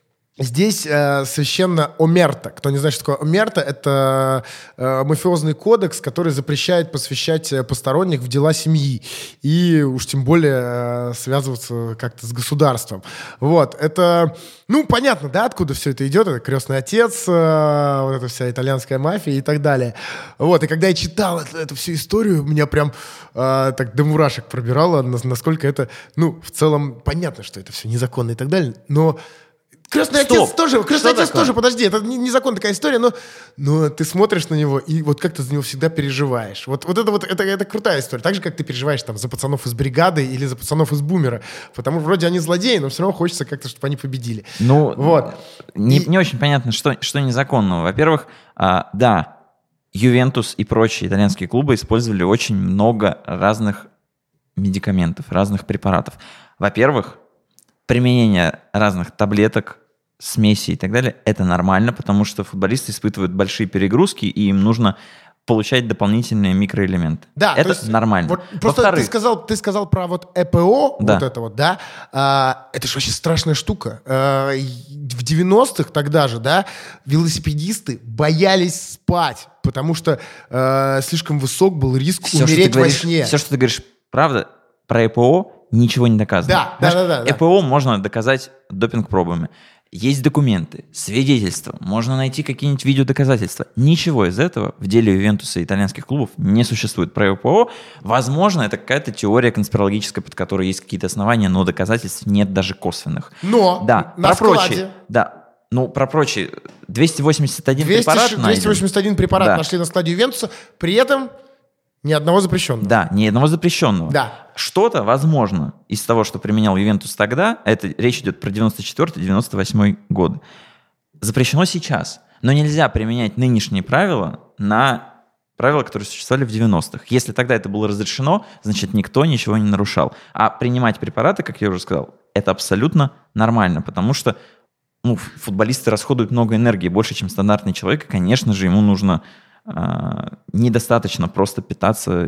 здесь э, священно омерта. Кто не знает, что такое омерта, это э, мафиозный кодекс, который запрещает посвящать посторонних в дела семьи. И уж тем более э, связываться как-то с государством. Вот. Это, ну, понятно, да, откуда все это идет. Это крестный отец, э, вот эта вся итальянская мафия и так далее. Вот. И когда я читал эту, эту всю историю, меня прям э, так до мурашек пробирало, насколько это, ну, в целом понятно, что это все незаконно и так далее, но Крестный Стоп. отец тоже, крестный Что отец такое? тоже, подожди, это незаконная такая история, но, но ты смотришь на него и вот как ты за него всегда переживаешь. Вот, вот это вот, это, это крутая история. Так же, как ты переживаешь там за пацанов из бригады или за пацанов из бумера. Потому что вроде они злодеи, но все равно хочется как-то, чтобы они победили. Ну, вот. не, И- не очень понятно, что, что незаконного. Во-первых, а, да, Ювентус и прочие итальянские клубы использовали очень много разных медикаментов, разных препаратов. Во-первых, применение разных таблеток, смесей и так далее, это нормально, потому что футболисты испытывают большие перегрузки, и им нужно получать дополнительные микроэлементы. Да, это то есть нормально. Вот просто ты Во-вторых, сказал, ты сказал про вот ЭПО, Да. вот это вот, да, а, это же вообще страшная штука. А, и в девяностых тогда же, да, велосипедисты боялись спать, потому что а, слишком высок был риск все, что ты умереть во говоришь, сне. все, что ты говоришь, правда, про ЭПО ничего не доказано. Да, Знаешь, да, да, да, да. ЭПО можно доказать допинг-пробами. Есть документы, свидетельства, можно найти какие-нибудь видеодоказательства. Ничего из этого в деле Ювентуса и итальянских клубов не существует. Про ЭПО, возможно, это какая-то теория конспирологическая, под которой есть какие-то основания, но доказательств нет даже косвенных. Но Да, на про складе прочие. Да, ну, про прочие. двести восемьдесят один двести препарат найден. двести восемьдесят один препарат Да. нашли на складе Ювентуса, при этом ни одного запрещенного. Да, ни одного запрещенного. Да. Что-то, возможно, из того, что применял Ювентус тогда, это речь идет про девяносто четвёртый - девяносто восьмой годы, запрещено сейчас. Но нельзя применять нынешние правила на правила, которые существовали в девяностых. Если тогда это было разрешено, значит, никто ничего не нарушал. А принимать препараты, как я уже сказал, это абсолютно нормально, потому что ну, футболисты расходуют много энергии, больше, чем стандартный человек, и, конечно же, ему нужно э, недостаточно просто питаться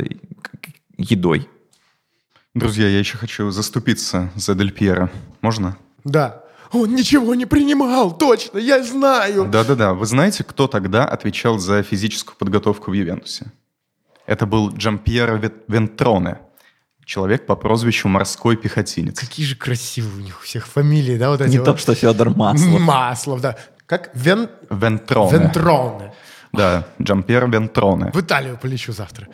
едой. Друзья, я еще хочу заступиться за Дель Пьеро. Можно? Да. Он ничего не принимал, точно, я знаю. Да-да-да. Вы знаете, кто тогда отвечал за физическую подготовку в Ювентусе? Это был Джампьеро Вентроне, человек по прозвищу «Морской пехотинец». Какие же красивые у них у всех фамилии, да, вот эти Не вот. то, что Федор Маслов. Маслов, да. Как? Вен... Вентроне. Вентроне. Да, Джампьеро Вентроне. В Италию полечу завтра.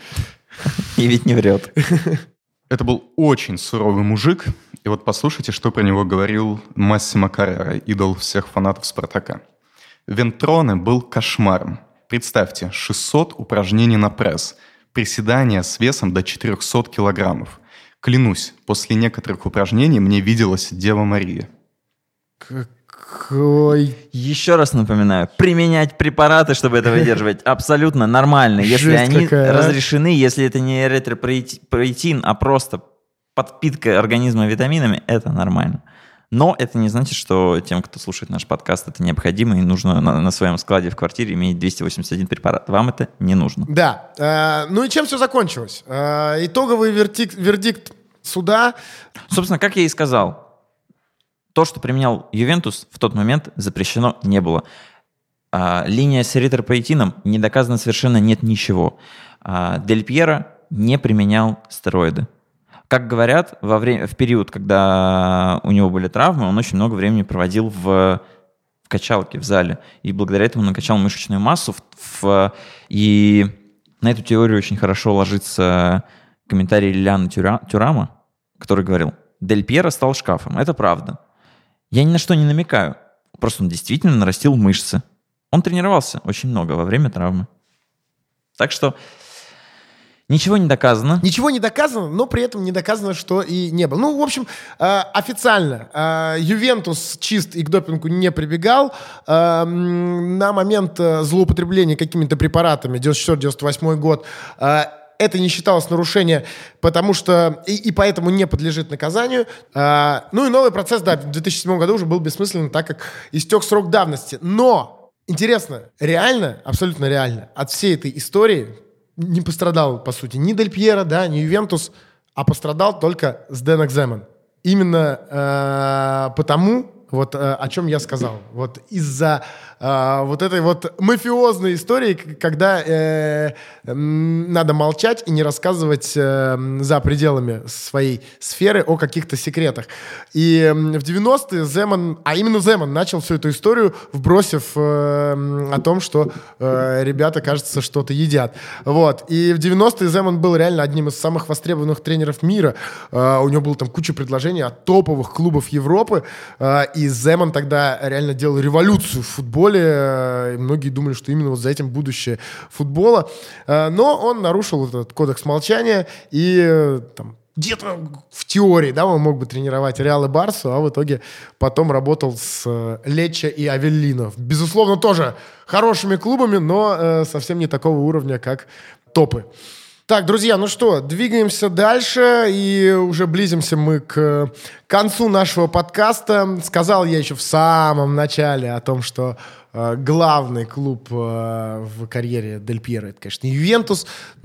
И ведь не врет. Это был очень суровый мужик. И вот послушайте, что про него говорил Массимо Каррера, идол всех фанатов «Спартака». Вентроне был кошмаром. Представьте, шестьсот упражнений на пресс, приседания с весом до четыреста килограммов. Клянусь, после некоторых упражнений мне виделась Дева Мария. Какой... Еще раз напоминаю, применять препараты, чтобы это выдерживать, абсолютно нормально. Если Жесть они какая, а? разрешены, если это не эритропоэтин, а просто подпитка организма витаминами, это нормально. Но это не значит, что тем, кто слушает наш подкаст, это необходимо, и нужно на, на своем складе в квартире иметь двести восемьдесят один препарат. Вам это не нужно. Да. Э, ну и чем все закончилось? Э, итоговый вердикт, вердикт суда. Собственно, как я и сказал, то, что применял Ювентус, в тот момент запрещено не было. А, линия с эритропоэтином не доказано совершенно нет ничего. А, Дель Пьеро не применял стероиды. Как говорят, во время, в период, когда у него были травмы, он очень много времени проводил в, в качалке, в зале. И благодаря этому накачал мышечную массу. В, в, и на эту теорию очень хорошо ложится комментарий Лилиана Тюра, Тюрама, который говорил, Дель Пьеро стал шкафом. Это правда. Я ни на что не намекаю. Просто он действительно нарастил мышцы. Он тренировался очень много во время травмы. Так что... Ничего не доказано. Ничего не доказано, но при этом не доказано, что и не было. Ну, в общем, э, официально э, Ювентус чист и к допингу не прибегал. Э, на момент э, злоупотребления какими-то препаратами девяносто четвёртый девяносто восьмой год э, это не считалось нарушением, потому что и, и поэтому не подлежит наказанию. Э, ну и новый процесс, да, в две тысячи седьмом году уже был бессмысленным, так как истек срок давности. Но, интересно, реально, абсолютно реально, от всей этой истории не пострадал, по сути, ни Дель Пьеро, да, ни Ювентус, а пострадал только Сденок Земан. Именно э, потому, вот э, о чем я сказал. Вот из-за э, вот этой вот мафиозной истории, когда э, э, надо молчать и не рассказывать э, за пределами своей сферы о каких-то секретах. И э, в девяностые Земан, а именно Земан, начал всю эту историю, вбросив э, о том, что э, ребята, кажется, что-то едят. Вот. И в девяностые Земан был реально одним из самых востребованных тренеров мира. Э, у него было там куча предложений от топовых клубов Европы. Э, и Земан тогда реально делал революцию в футболе. Э, и многие думали, что именно вот за этим будущее футбола. Э, но он нарушил этот кодекс молчания и э, там, где-то в теории, да, он мог бы тренировать Реал и Барсу, а в итоге потом работал с э, Лечче и Авеллино. Безусловно, тоже хорошими клубами, но э, совсем не такого уровня, как топы. Так, друзья, ну что, двигаемся дальше, и уже близимся мы к концу нашего подкаста. Сказал я еще в самом начале о том, что э, главный клуб э, в карьере Дель Пьеро — это, конечно, Ювентус,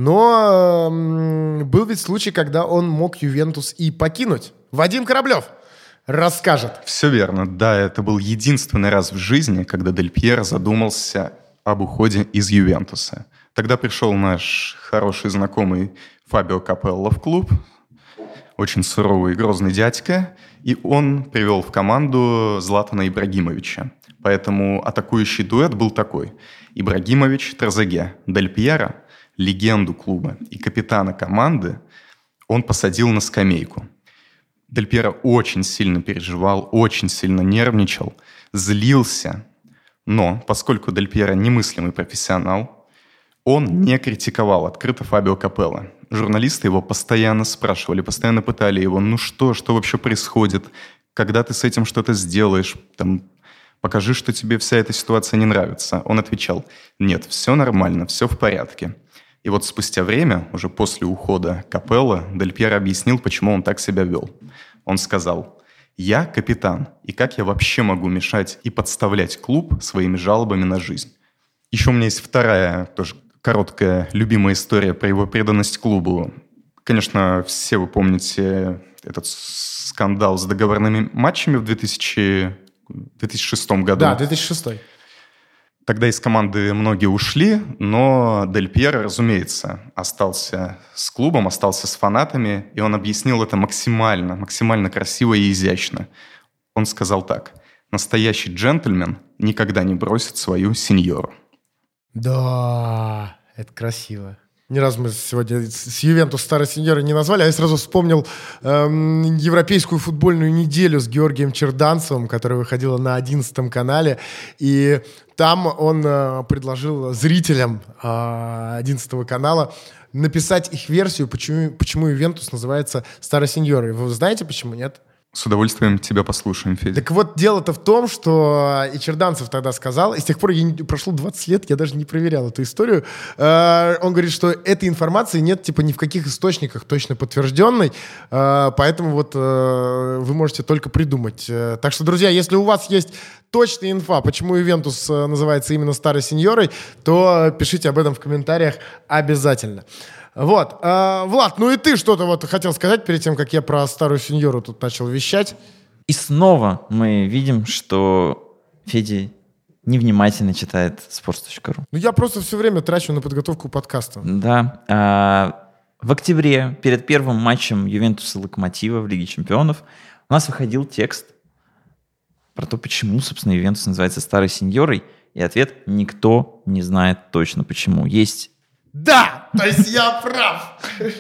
но э, был ведь случай, когда он мог Ювентус и покинуть. Вадим Кораблев расскажет. Все верно. Да, это был единственный раз в жизни, когда Дель Пьеро задумался об уходе из Ювентуса. Тогда пришел наш хороший знакомый Фабио Капелло в клуб, очень суровый и грозный дядька, и он привел в команду Златана Ибрагимовича. Поэтому атакующий дуэт был такой. Ибрагимович, Трезеге. Дель Пьеро, легенду клуба и капитана команды, он посадил на скамейку. Дель Пьеро очень сильно переживал, очень сильно нервничал, злился. Но поскольку Дель Пьеро немыслимый профессионал, он не критиковал открыто Фабио Капелло. Журналисты его постоянно спрашивали, постоянно пытали его, ну что, что вообще происходит, когда ты с этим что-то сделаешь, там, покажи, что тебе вся эта ситуация не нравится. Он отвечал, нет, все нормально, все в порядке. И вот спустя время, уже после ухода Капелло, Дель Пьеро объяснил, почему он так себя вел. Он сказал, я капитан, и как я вообще могу мешать и подставлять клуб своими жалобами на жизнь? Еще у меня есть вторая, тоже короткая, любимая история про его преданность клубу. Конечно, все вы помните этот скандал с договорными матчами в две тысячи шестом году. Да, две тысячи шестой. Тогда из команды многие ушли, но Дель Пьеро, разумеется, остался с клубом, остался с фанатами, и он объяснил это максимально, максимально красиво и изящно. Он сказал так: «Настоящий джентльмен никогда не бросит свою сеньору». Да, это красиво. Ни разу мы сегодня с Ювентус старой сеньоры не назвали, а я сразу вспомнил эм, европейскую футбольную неделю с Георгием Черданцевым, которая выходила на одиннадцатом канале, и там он э, предложил зрителям э, одиннадцатого канала написать их версию, почему, почему Ювентус называется старой сеньорой. Вы знаете, почему, нет? С удовольствием тебя послушаем, Федя. Так вот, дело-то в том, что и Черданцев тогда сказал, и с тех пор я не, прошло двадцать лет, я даже не проверял эту историю. Э, он говорит, что этой информации нет типа ни в каких источниках точно подтвержденной, э, поэтому вот э, вы можете только придумать. Э, так что, друзья, если у вас есть точная инфа, почему Ювентус э, называется именно старой сеньорой, то пишите об этом в комментариях обязательно. Вот. А, Влад, ну и ты что-то вот хотел сказать перед тем, как я про старую сеньору тут начал вещать? И снова мы видим, что Федя невнимательно читает спорт точка ру. Ну я просто все время трачу на подготовку подкаста. Да. А, в октябре, перед первым матчем Ювентуса и Локомотива в Лиге Чемпионов, у нас выходил текст про то, почему, собственно, Ювентус называется старой сеньорой. И ответ – никто не знает точно почему. Есть... Да! То есть я прав!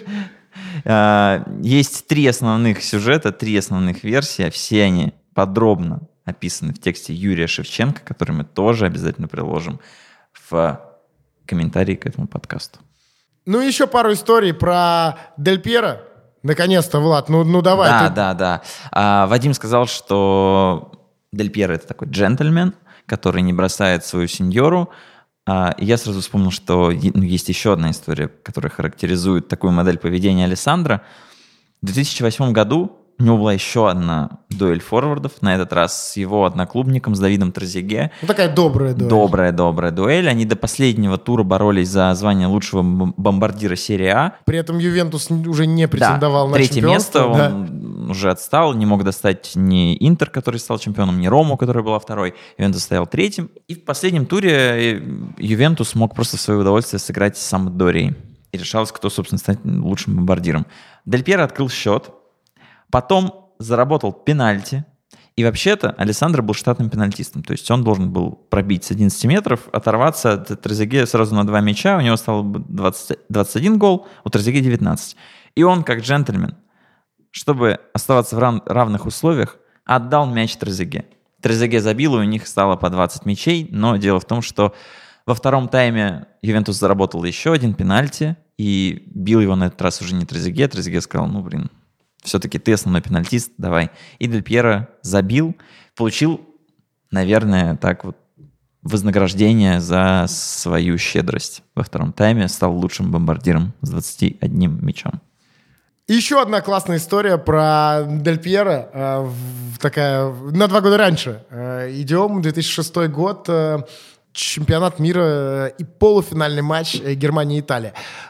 Есть три основных сюжета, три основных версии. Все они подробно описаны в тексте Юрия Шевченко, который мы тоже обязательно приложим в комментарии к этому подкасту. Ну, еще пару историй про Дель Пьеро. Наконец-то, Влад, ну, ну давай. Да, ты... да, да. А, Вадим сказал, что Дель Пьеро — это такой джентльмен, который не бросает свою сеньору. А, и я сразу вспомнил, что ну, есть еще одна история, которая характеризует такую модель поведения Алессандро. В две тысячи восьмом году у него была еще одна дуэль форвардов, на этот раз с его одноклубником, с Давидом Трезеге. Ну, такая добрая дуэль. Добрая-добрая дуэль. Они до последнего тура боролись за звание лучшего бомбардира серии А. При этом Ювентус уже не претендовал да, на третье чемпионство. место, Да. Он уже отстал, не мог достать ни Интер, который стал чемпионом, ни Рому, которая была второй. Ювентус стоял третьим. И в последнем туре Ювентус мог просто в свое удовольствие сыграть с Сампдорией. И решалось, кто, собственно, станет лучшим бомбардиром. Дель Пьеро открыл счет. Потом заработал пенальти. И вообще-то Алессандро был штатным пенальтистом. То есть он должен был пробить с одиннадцати метров, оторваться от Трезеге сразу на два мяча. У него стало двадцать, двадцать один гол, у Трезеге девятнадцать. И он, как джентльмен, чтобы оставаться в рав- равных условиях, отдал мяч Трезеге. Трезеге забил, и у них стало по двадцать мячей. Но дело в том, что во втором тайме Ювентус заработал еще один пенальти. И бил его на этот раз уже не Трезеге. Трезеге сказал, ну, блин, все-таки ты основной пенальтист, давай. И Дель Пьеро забил, получил, наверное, так вот вознаграждение за свою щедрость. Во втором тайме стал лучшим бомбардиром с двадцатью одним мячом. Еще одна классная история про Дель Пьеро, э, в- такая на два года раньше. Э, идем, две тысячи шестой год, э, чемпионат мира э, и полуфинальный матч э, Германия-Италия.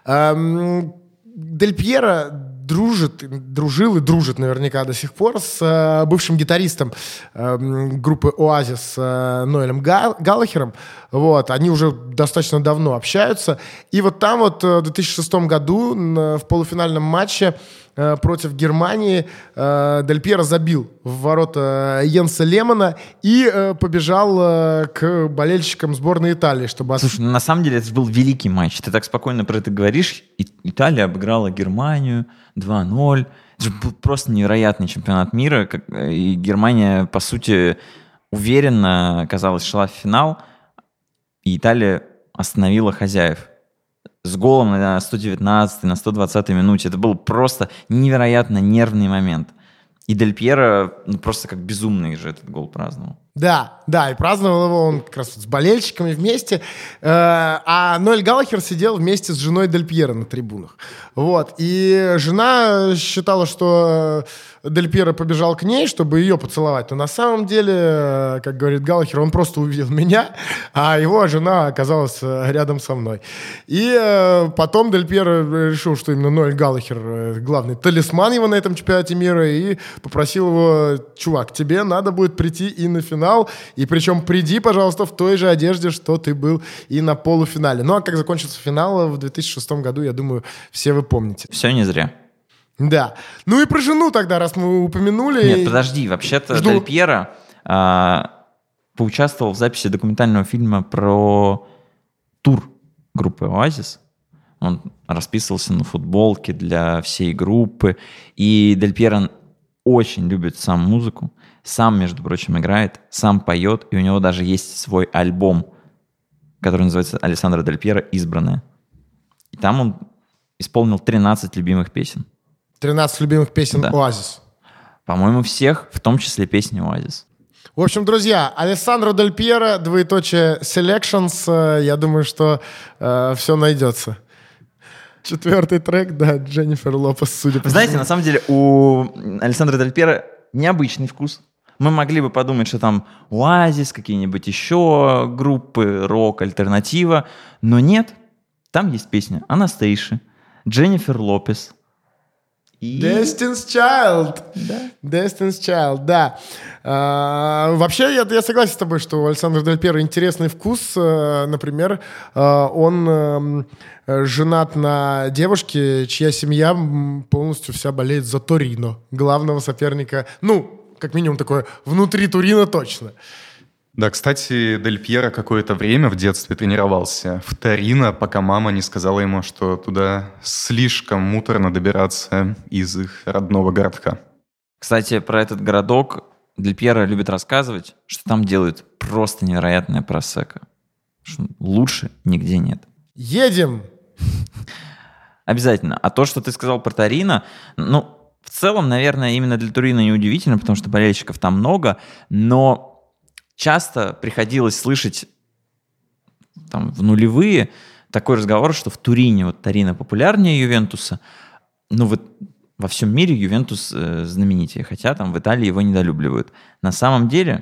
Эм, Дель Пьеро дружит, дружил и дружит наверняка до сих пор с э, бывшим гитаристом э, группы «Оазис» э, Ноэлем Га- Галлахером. Вот, они уже достаточно давно общаются. И вот там вот э, в две тысячи шестом году н- в полуфинальном матче э, против Германии э, Дель Пьеро забил в ворота Йенса Лемана и э, побежал э, к болельщикам сборной Италии, чтобы... Слушай, ну, на самом деле это же был великий матч. Ты так спокойно про это говоришь. И Италия обыграла Германию два ноль. Это же был просто невероятный чемпионат мира. как- И Германия, по сути, уверенно, казалось, шла в финал. И Италия остановила хозяев. С голом на сто девятнадцатой, на сто двадцатой минуте. Это был просто невероятно нервный момент. И Дель Пьеро ну, просто как безумный же этот гол праздновал. Да, да, и праздновал его он как раз вот с болельщиками вместе. Э, А Ноэль Галлахер сидел вместе с женой Дель Пьеро на трибунах. Вот. И жена считала, что Дель Пьеро побежал к ней, чтобы ее поцеловать. Но на самом деле, э, как говорит Галлахер, он просто увидел меня, а его жена оказалась э, рядом со мной. И э, потом Дель Пьеро решил, что именно Ноэль Галлахер э, главный талисман его на этом чемпионате мира, и попросил его: чувак, тебе надо будет прийти и на финал. И причем приди, пожалуйста, в той же одежде, что ты был и на полуфинале. Ну а как закончился финал в две тысячи шестом году, я думаю, все вы помните. Все не зря. Да. Ну и про жену тогда, раз мы упомянули. Нет, подожди, вообще-то Жду. Дель Пьеро а, поучаствовал в записи документального фильма про тур группы «Оазис». Он расписывался на футболке для всей группы. И Дель Пьеро очень любит сам музыку. Сам, между прочим, играет, сам поет. И у него даже есть свой альбом, который называется «Алессандро Дель Пьеро. Избранное». И там он исполнил тринадцать любимых песен. тринадцать любимых песен Да. «Оазис». По-моему, всех, в том числе песни «Оазис». В общем, друзья, Алессандро Дель Пьеро, двоеточие Selections. Я думаю, что э, все найдется. Четвертый трек, да, Дженнифер Лопес, судя по всему. Знаете, на самом деле у Алессандро Дель Пьеро необычный вкус. Мы могли бы подумать, что там «Оазис», какие-нибудь еще группы, рок, альтернатива. Но нет, там есть песня Анастейши, Дженнифер Лопес. И... Destiny's Child. Да. Destiny's Child, да. А, вообще, я, я согласен с тобой, что у Алессандро Дель Пьеро интересный вкус. А, например, а, он а, женат на девушке, чья семья полностью вся болеет за Торино, главного соперника. Ну, как минимум такое, внутри Турина точно. Да, кстати, Дель Пьеро какое-то время в детстве тренировался в Торино, пока мама не сказала ему, что туда слишком муторно добираться из их родного городка. Кстати, про этот городок Дель Пьеро любит рассказывать, что там делают просто невероятное просекко. Что лучше нигде нет. Едем! Обязательно. А то, что ты сказал про Торино, ну, в целом, наверное, именно для Турина неудивительно, потому что болельщиков там много, но... Часто приходилось слышать там, в нулевые такой разговор, что в Турине вот Торино популярнее Ювентуса. Ну вот во всем мире Ювентус э, знаменитее, хотя там в Италии его недолюбливают. На самом деле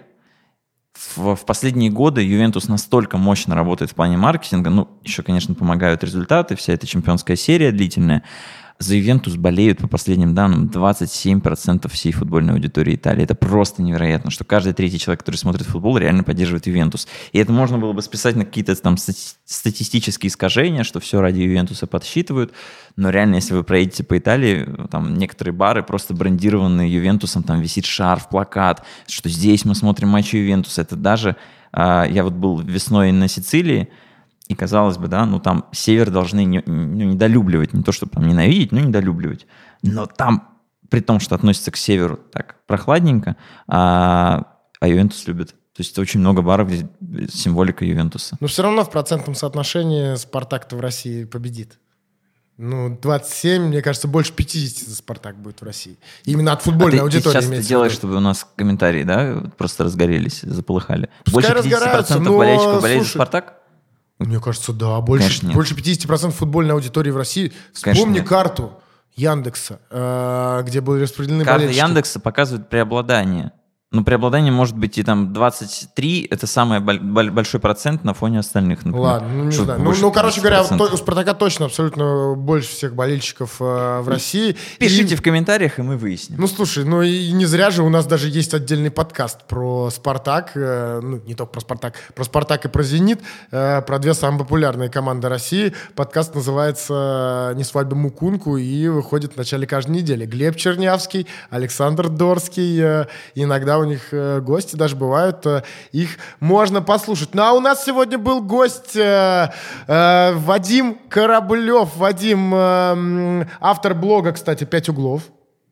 в, в последние годы Ювентус настолько мощно работает в плане маркетинга, ну еще, конечно, помогают результаты, вся эта чемпионская серия длительная. За Ювентус болеют, по последним данным, двадцать семь процентов всей футбольной аудитории Италии. Это просто невероятно, что каждый третий человек, который смотрит футбол, реально поддерживает Ювентус. И это можно было бы списать на какие-то там статистические искажения, что все ради Ювентуса подсчитывают. Но реально, если вы проедете по Италии, там некоторые бары просто брендированные Ювентусом, там висит шарф, плакат, что здесь мы смотрим матчи Ювентуса. Это даже... Я вот был весной на Сицилии, и, казалось бы, да, ну там север должны не, ну, недолюбливать, не то чтобы там ненавидеть, но недолюбливать. Но там, при том, что относится к северу так прохладненько, а, а Ювентус любит. То есть очень много баров, где символика Ювентуса. Но все равно в процентном соотношении Спартак-то в России победит. Ну, двадцать семь, мне кажется, больше пятьдесят за Спартак будет в России. Именно от футбольной а аудитории. Ты сейчас это делаешь, чтобы у нас комментарии, да, просто разгорелись, заполыхали. Пускай больше пятьдесят процентов болельщиков болеют за Спартак? Мне кажется, да. Больше, больше пятьдесят процентов футбольной аудитории в России. Вспомни карту Яндекса, э, где были распределены Карта болельщики. Яндекса показывает преобладание. Ну, преобладание может быть и там двадцать три, это самый большой процент на фоне остальных. Например. Ладно, ну не знаю. Ну, ну, короче говоря, у Спартака точно абсолютно больше всех болельщиков э, в России. Пишите и... в комментариях, и мы выясним. Ну, слушай, ну и не зря же у нас даже есть отдельный подкаст про Спартак, э, ну, не только про Спартак, про Спартак и про Зенит, э, про две самые популярные команды России. Подкаст называется «Не свадьба Мукунку» и выходит в начале каждой недели. Глеб Чернявский, Александр Дорский, э, иногда у них э, гости даже бывают, э, их можно послушать. Ну а у нас сегодня был гость э, э, Вадим Кораблев. Вадим, э, автор блога, кстати, «Пять углов».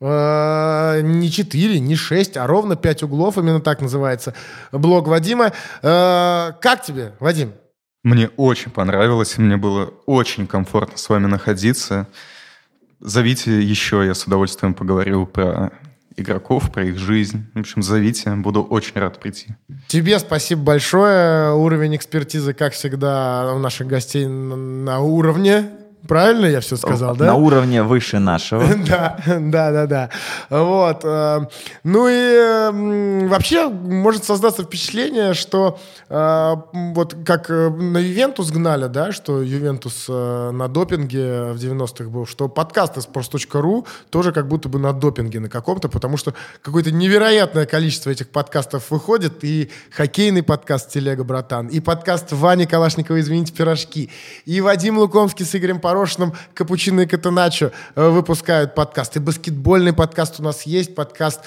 Э, не четыре, не шесть, а ровно «Пять углов», именно так называется блог Вадима. Э, как тебе, Вадим? Мне очень понравилось, мне было очень комфортно с вами находиться. Зовите еще, я с удовольствием поговорю про... игроков, про их жизнь. В общем, зовите, буду очень рад прийти. Тебе спасибо большое. Уровень экспертизы, как всегда, у наших гостей на уровне. Правильно я все сказал, да? На уровне выше нашего. Да, да, да, да. Вот. Ну и вообще может создаться впечатление, что вот как на Ювентус гнали, да, что Ювентус на допинге в девяностых был, что подкаст из спорт точка ру тоже как будто бы на допинге на каком-то, потому что какое-то невероятное количество этих подкастов выходит, и хоккейный подкаст «Телега, братан», и подкаст Вани Калашникова «Извините, пирожки», и Вадим Лукомский с Игорем Порошиным «Капучино и Катеначо» выпускают подкаст. И баскетбольный подкаст у нас есть, подкаст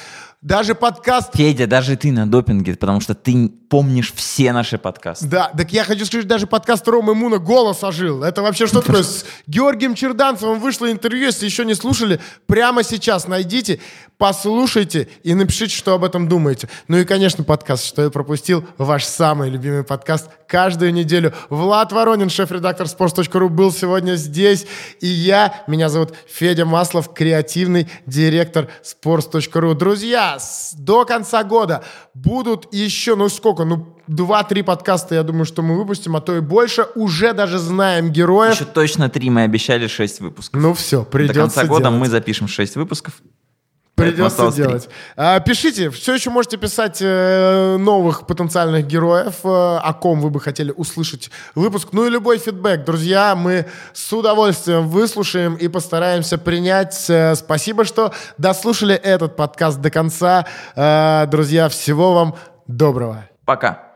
Даже подкаст... Федя, даже ты на допинге, потому что ты помнишь все наши подкасты. Да, так я хочу сказать, даже подкаст Ромы Муна «Голос ожил». Это вообще что такое? С Георгием Черданцевым вышло интервью. Если еще не слушали, прямо сейчас найдите, послушайте и напишите, что об этом думаете. Ну и, конечно, подкаст «Что я пропустил», ваш самый любимый подкаст каждую неделю. Влад Воронин, шеф-редактор спортс точка ру, был сегодня здесь. И я, меня зовут Федя Маслов, креативный директор спортс точка ру. Друзья, с- до конца года будут еще, ну сколько, ну два-три подкаста, я думаю, что мы выпустим, а то и больше. Уже даже знаем героев. Еще точно три, мы обещали шесть выпусков. Ну все, До придется конца года делать. мы запишем шесть выпусков. Поэтому Придется осталось три. делать. А, пишите, все еще можете писать э, новых потенциальных героев, э, о ком вы бы хотели услышать выпуск. Ну и любой фидбэк, друзья, мы с удовольствием выслушаем и постараемся принять. Э, спасибо, что дослушали этот подкаст до конца. Э, друзья, всего вам доброго. Пока.